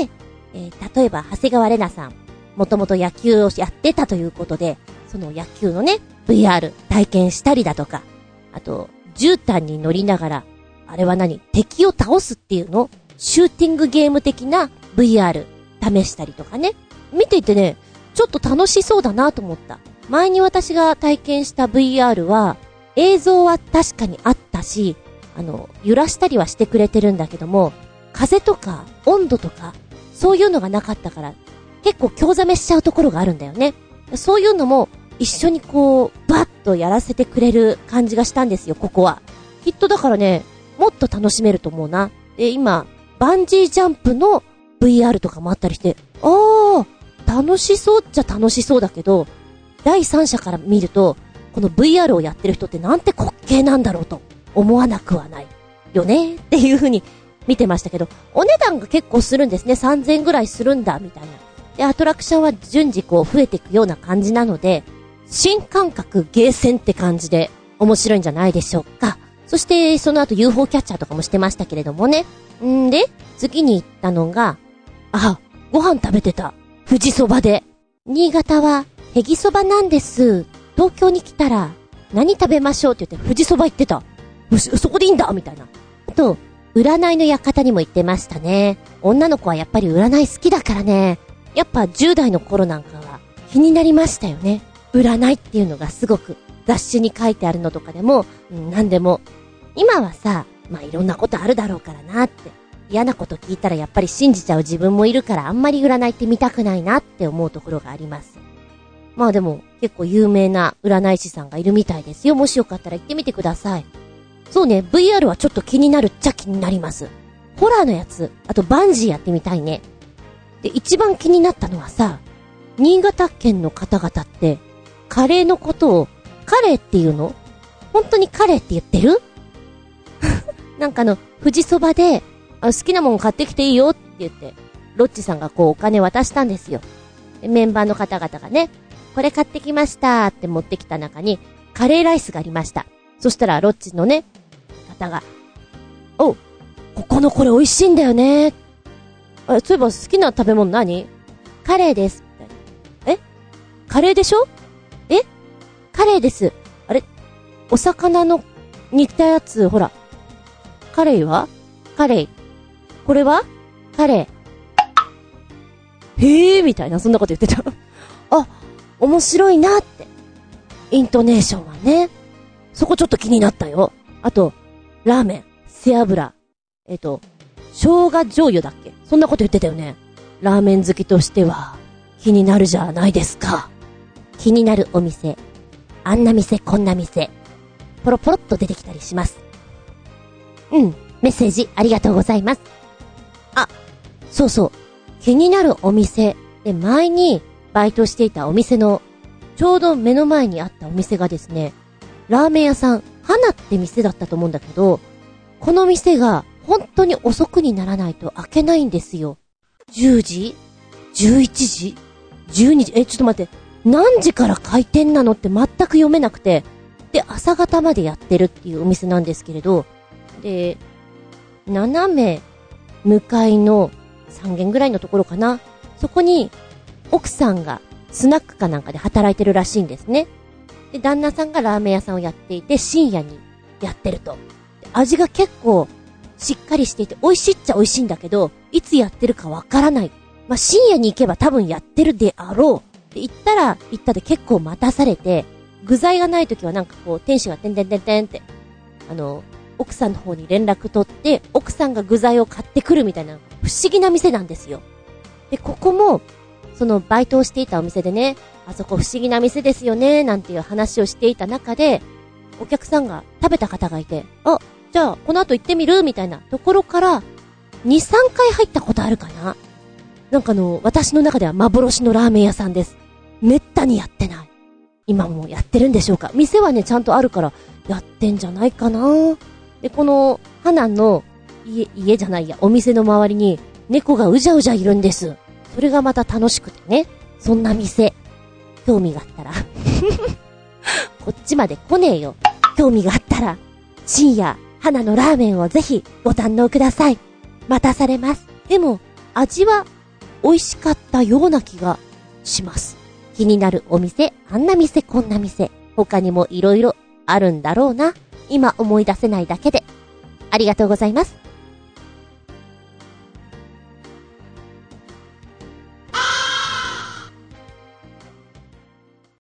例えば長谷川玲奈さん、もともと野球をやってたということで、その野球のね、VR 体験したりだとか、あと、絨毯に乗りながら、あれは敵を倒すっていうの？シューティングゲーム的な VR 試したりとかね。見ていてね、ちょっと楽しそうだなと思った。前に私が体験した VR は、映像は確かにあったし、揺らしたりはしてくれてるんだけども、風とか温度とか、そういうのがなかったから、結構興ざめしちゃうところがあるんだよね。そういうのも、一緒にこう、バッとやらせてくれる感じがしたんですよ、ここは。きっとだからね、もっと楽しめると思うな。で、今、バンジージャンプの VR とかもあったりして、楽しそうっちゃ楽しそうだけど、第三者から見ると、この VR をやってる人ってなんて滑稽なんだろうと思わなくはないよねっていう風に見てましたけど、お値段が結構するんですね。3000円ぐらいするんだみたいな。で、アトラクションは順次こう増えていくような感じなので、新感覚ゲーセンって感じで面白いんじゃないでしょうか。そしてその後 UFO キャッチャーとかもしてましたけれどもね。で、次に行ったのが、ご飯食べてた。富士そばで。新潟はへぎそばなんです。東京に来たら何食べましょうって言って富士そば行ってた。そこでいいんだみたいな。あと、占いの館にも行ってましたね。女の子はやっぱり占い好きだからね。やっぱ10代の頃なんかは気になりましたよね。占いっていうのがすごく雑誌に書いてあるのとかでも、なんでも、今はさ、いろんなことあるだろうからなって。嫌なこと聞いたらやっぱり信じちゃう自分もいるからあんまり占いって見たくないなって思うところがあります。でも結構有名な占い師さんがいるみたいですよ。もしよかったら行ってみてください。そうね、VR はちょっと気になるっちゃ気になります。ホラーのやつ、あとバンジーやってみたいね。で、一番気になったのはさ、新潟県の方々って、カレーのことを、カレーっていうの？本当にカレーって言ってる？なんか富士そばで、好きなもん買ってきていいよって言って、ロッチさんがこうお金渡したんですよ。で、メンバーの方々がね、これ買ってきましたって持ってきた中に、カレーライスがありました。そしたらロッチのね、方が、ここのこれ美味しいんだよね。そういえば好きな食べ物何？カレーです。カレーでしょ？カレーです。あれ？お魚の煮たやつ、ほら。カレーは？カレー。これは？カレー。へーみたいな、そんなこと言ってた。面白いなって。イントネーションはね。そこちょっと気になったよ。あと、ラーメン、背脂。生姜醤油だっけ？そんなこと言ってたよね。ラーメン好きとしては、気になるじゃないですか。気になるお店。あんな店、こんな店。ポロポロっと出てきたりします。メッセージありがとうございます。そうそう。気になるお店。で、前にバイトしていたお店の、ちょうど目の前にあったお店がですね、ラーメン屋さん、花って店だったと思うんだけど、この店が本当に遅くにならないと開けないんですよ。10時 ?11 時 ?12 時ちょっと待って。何時から開店なのって全く読めなくて。で、朝方までやってるっていうお店なんですけれど、で、斜め向かいの3軒ぐらいのところかな。そこに奥さんがスナックかなんかで働いてるらしいんですね。で、旦那さんがラーメン屋さんをやっていて深夜にやってると。味が結構しっかりしていて美味しいっちゃ美味しいんだけど、いつやってるかわからない。深夜に行けば多分やってるであろう。で、行ったで結構待たされて、具材がないときはなんかこう店主がてんって奥さんの方に連絡取って奥さんが具材を買ってくるみたいな不思議な店なんですよ。で、ここもそのバイトをしていたお店でね、あそこ不思議な店ですよねなんていう話をしていた中で、お客さんが食べた方がいて、じゃじゃあ、この後行ってみるみたいなところから、2、3回入ったことあるかな。なんか私の中では幻のラーメン屋さんです。めったにやってない。今もやってるんでしょうか。店はね、ちゃんとあるから、やってんじゃないかな。で、この、花の、家じゃないや、お店の周りに、猫がうじゃうじゃいるんです。それがまた楽しくてね。そんな店、興味があったら。こっちまで来ねえよ。興味があったら、深夜、花のラーメンをぜひご堪能ください。待たされます。でも、味は美味しかったような気がします。気になるお店、あんな店こんな店、他にもいろいろあるんだろうな。今思い出せないだけで。ありがとうございます。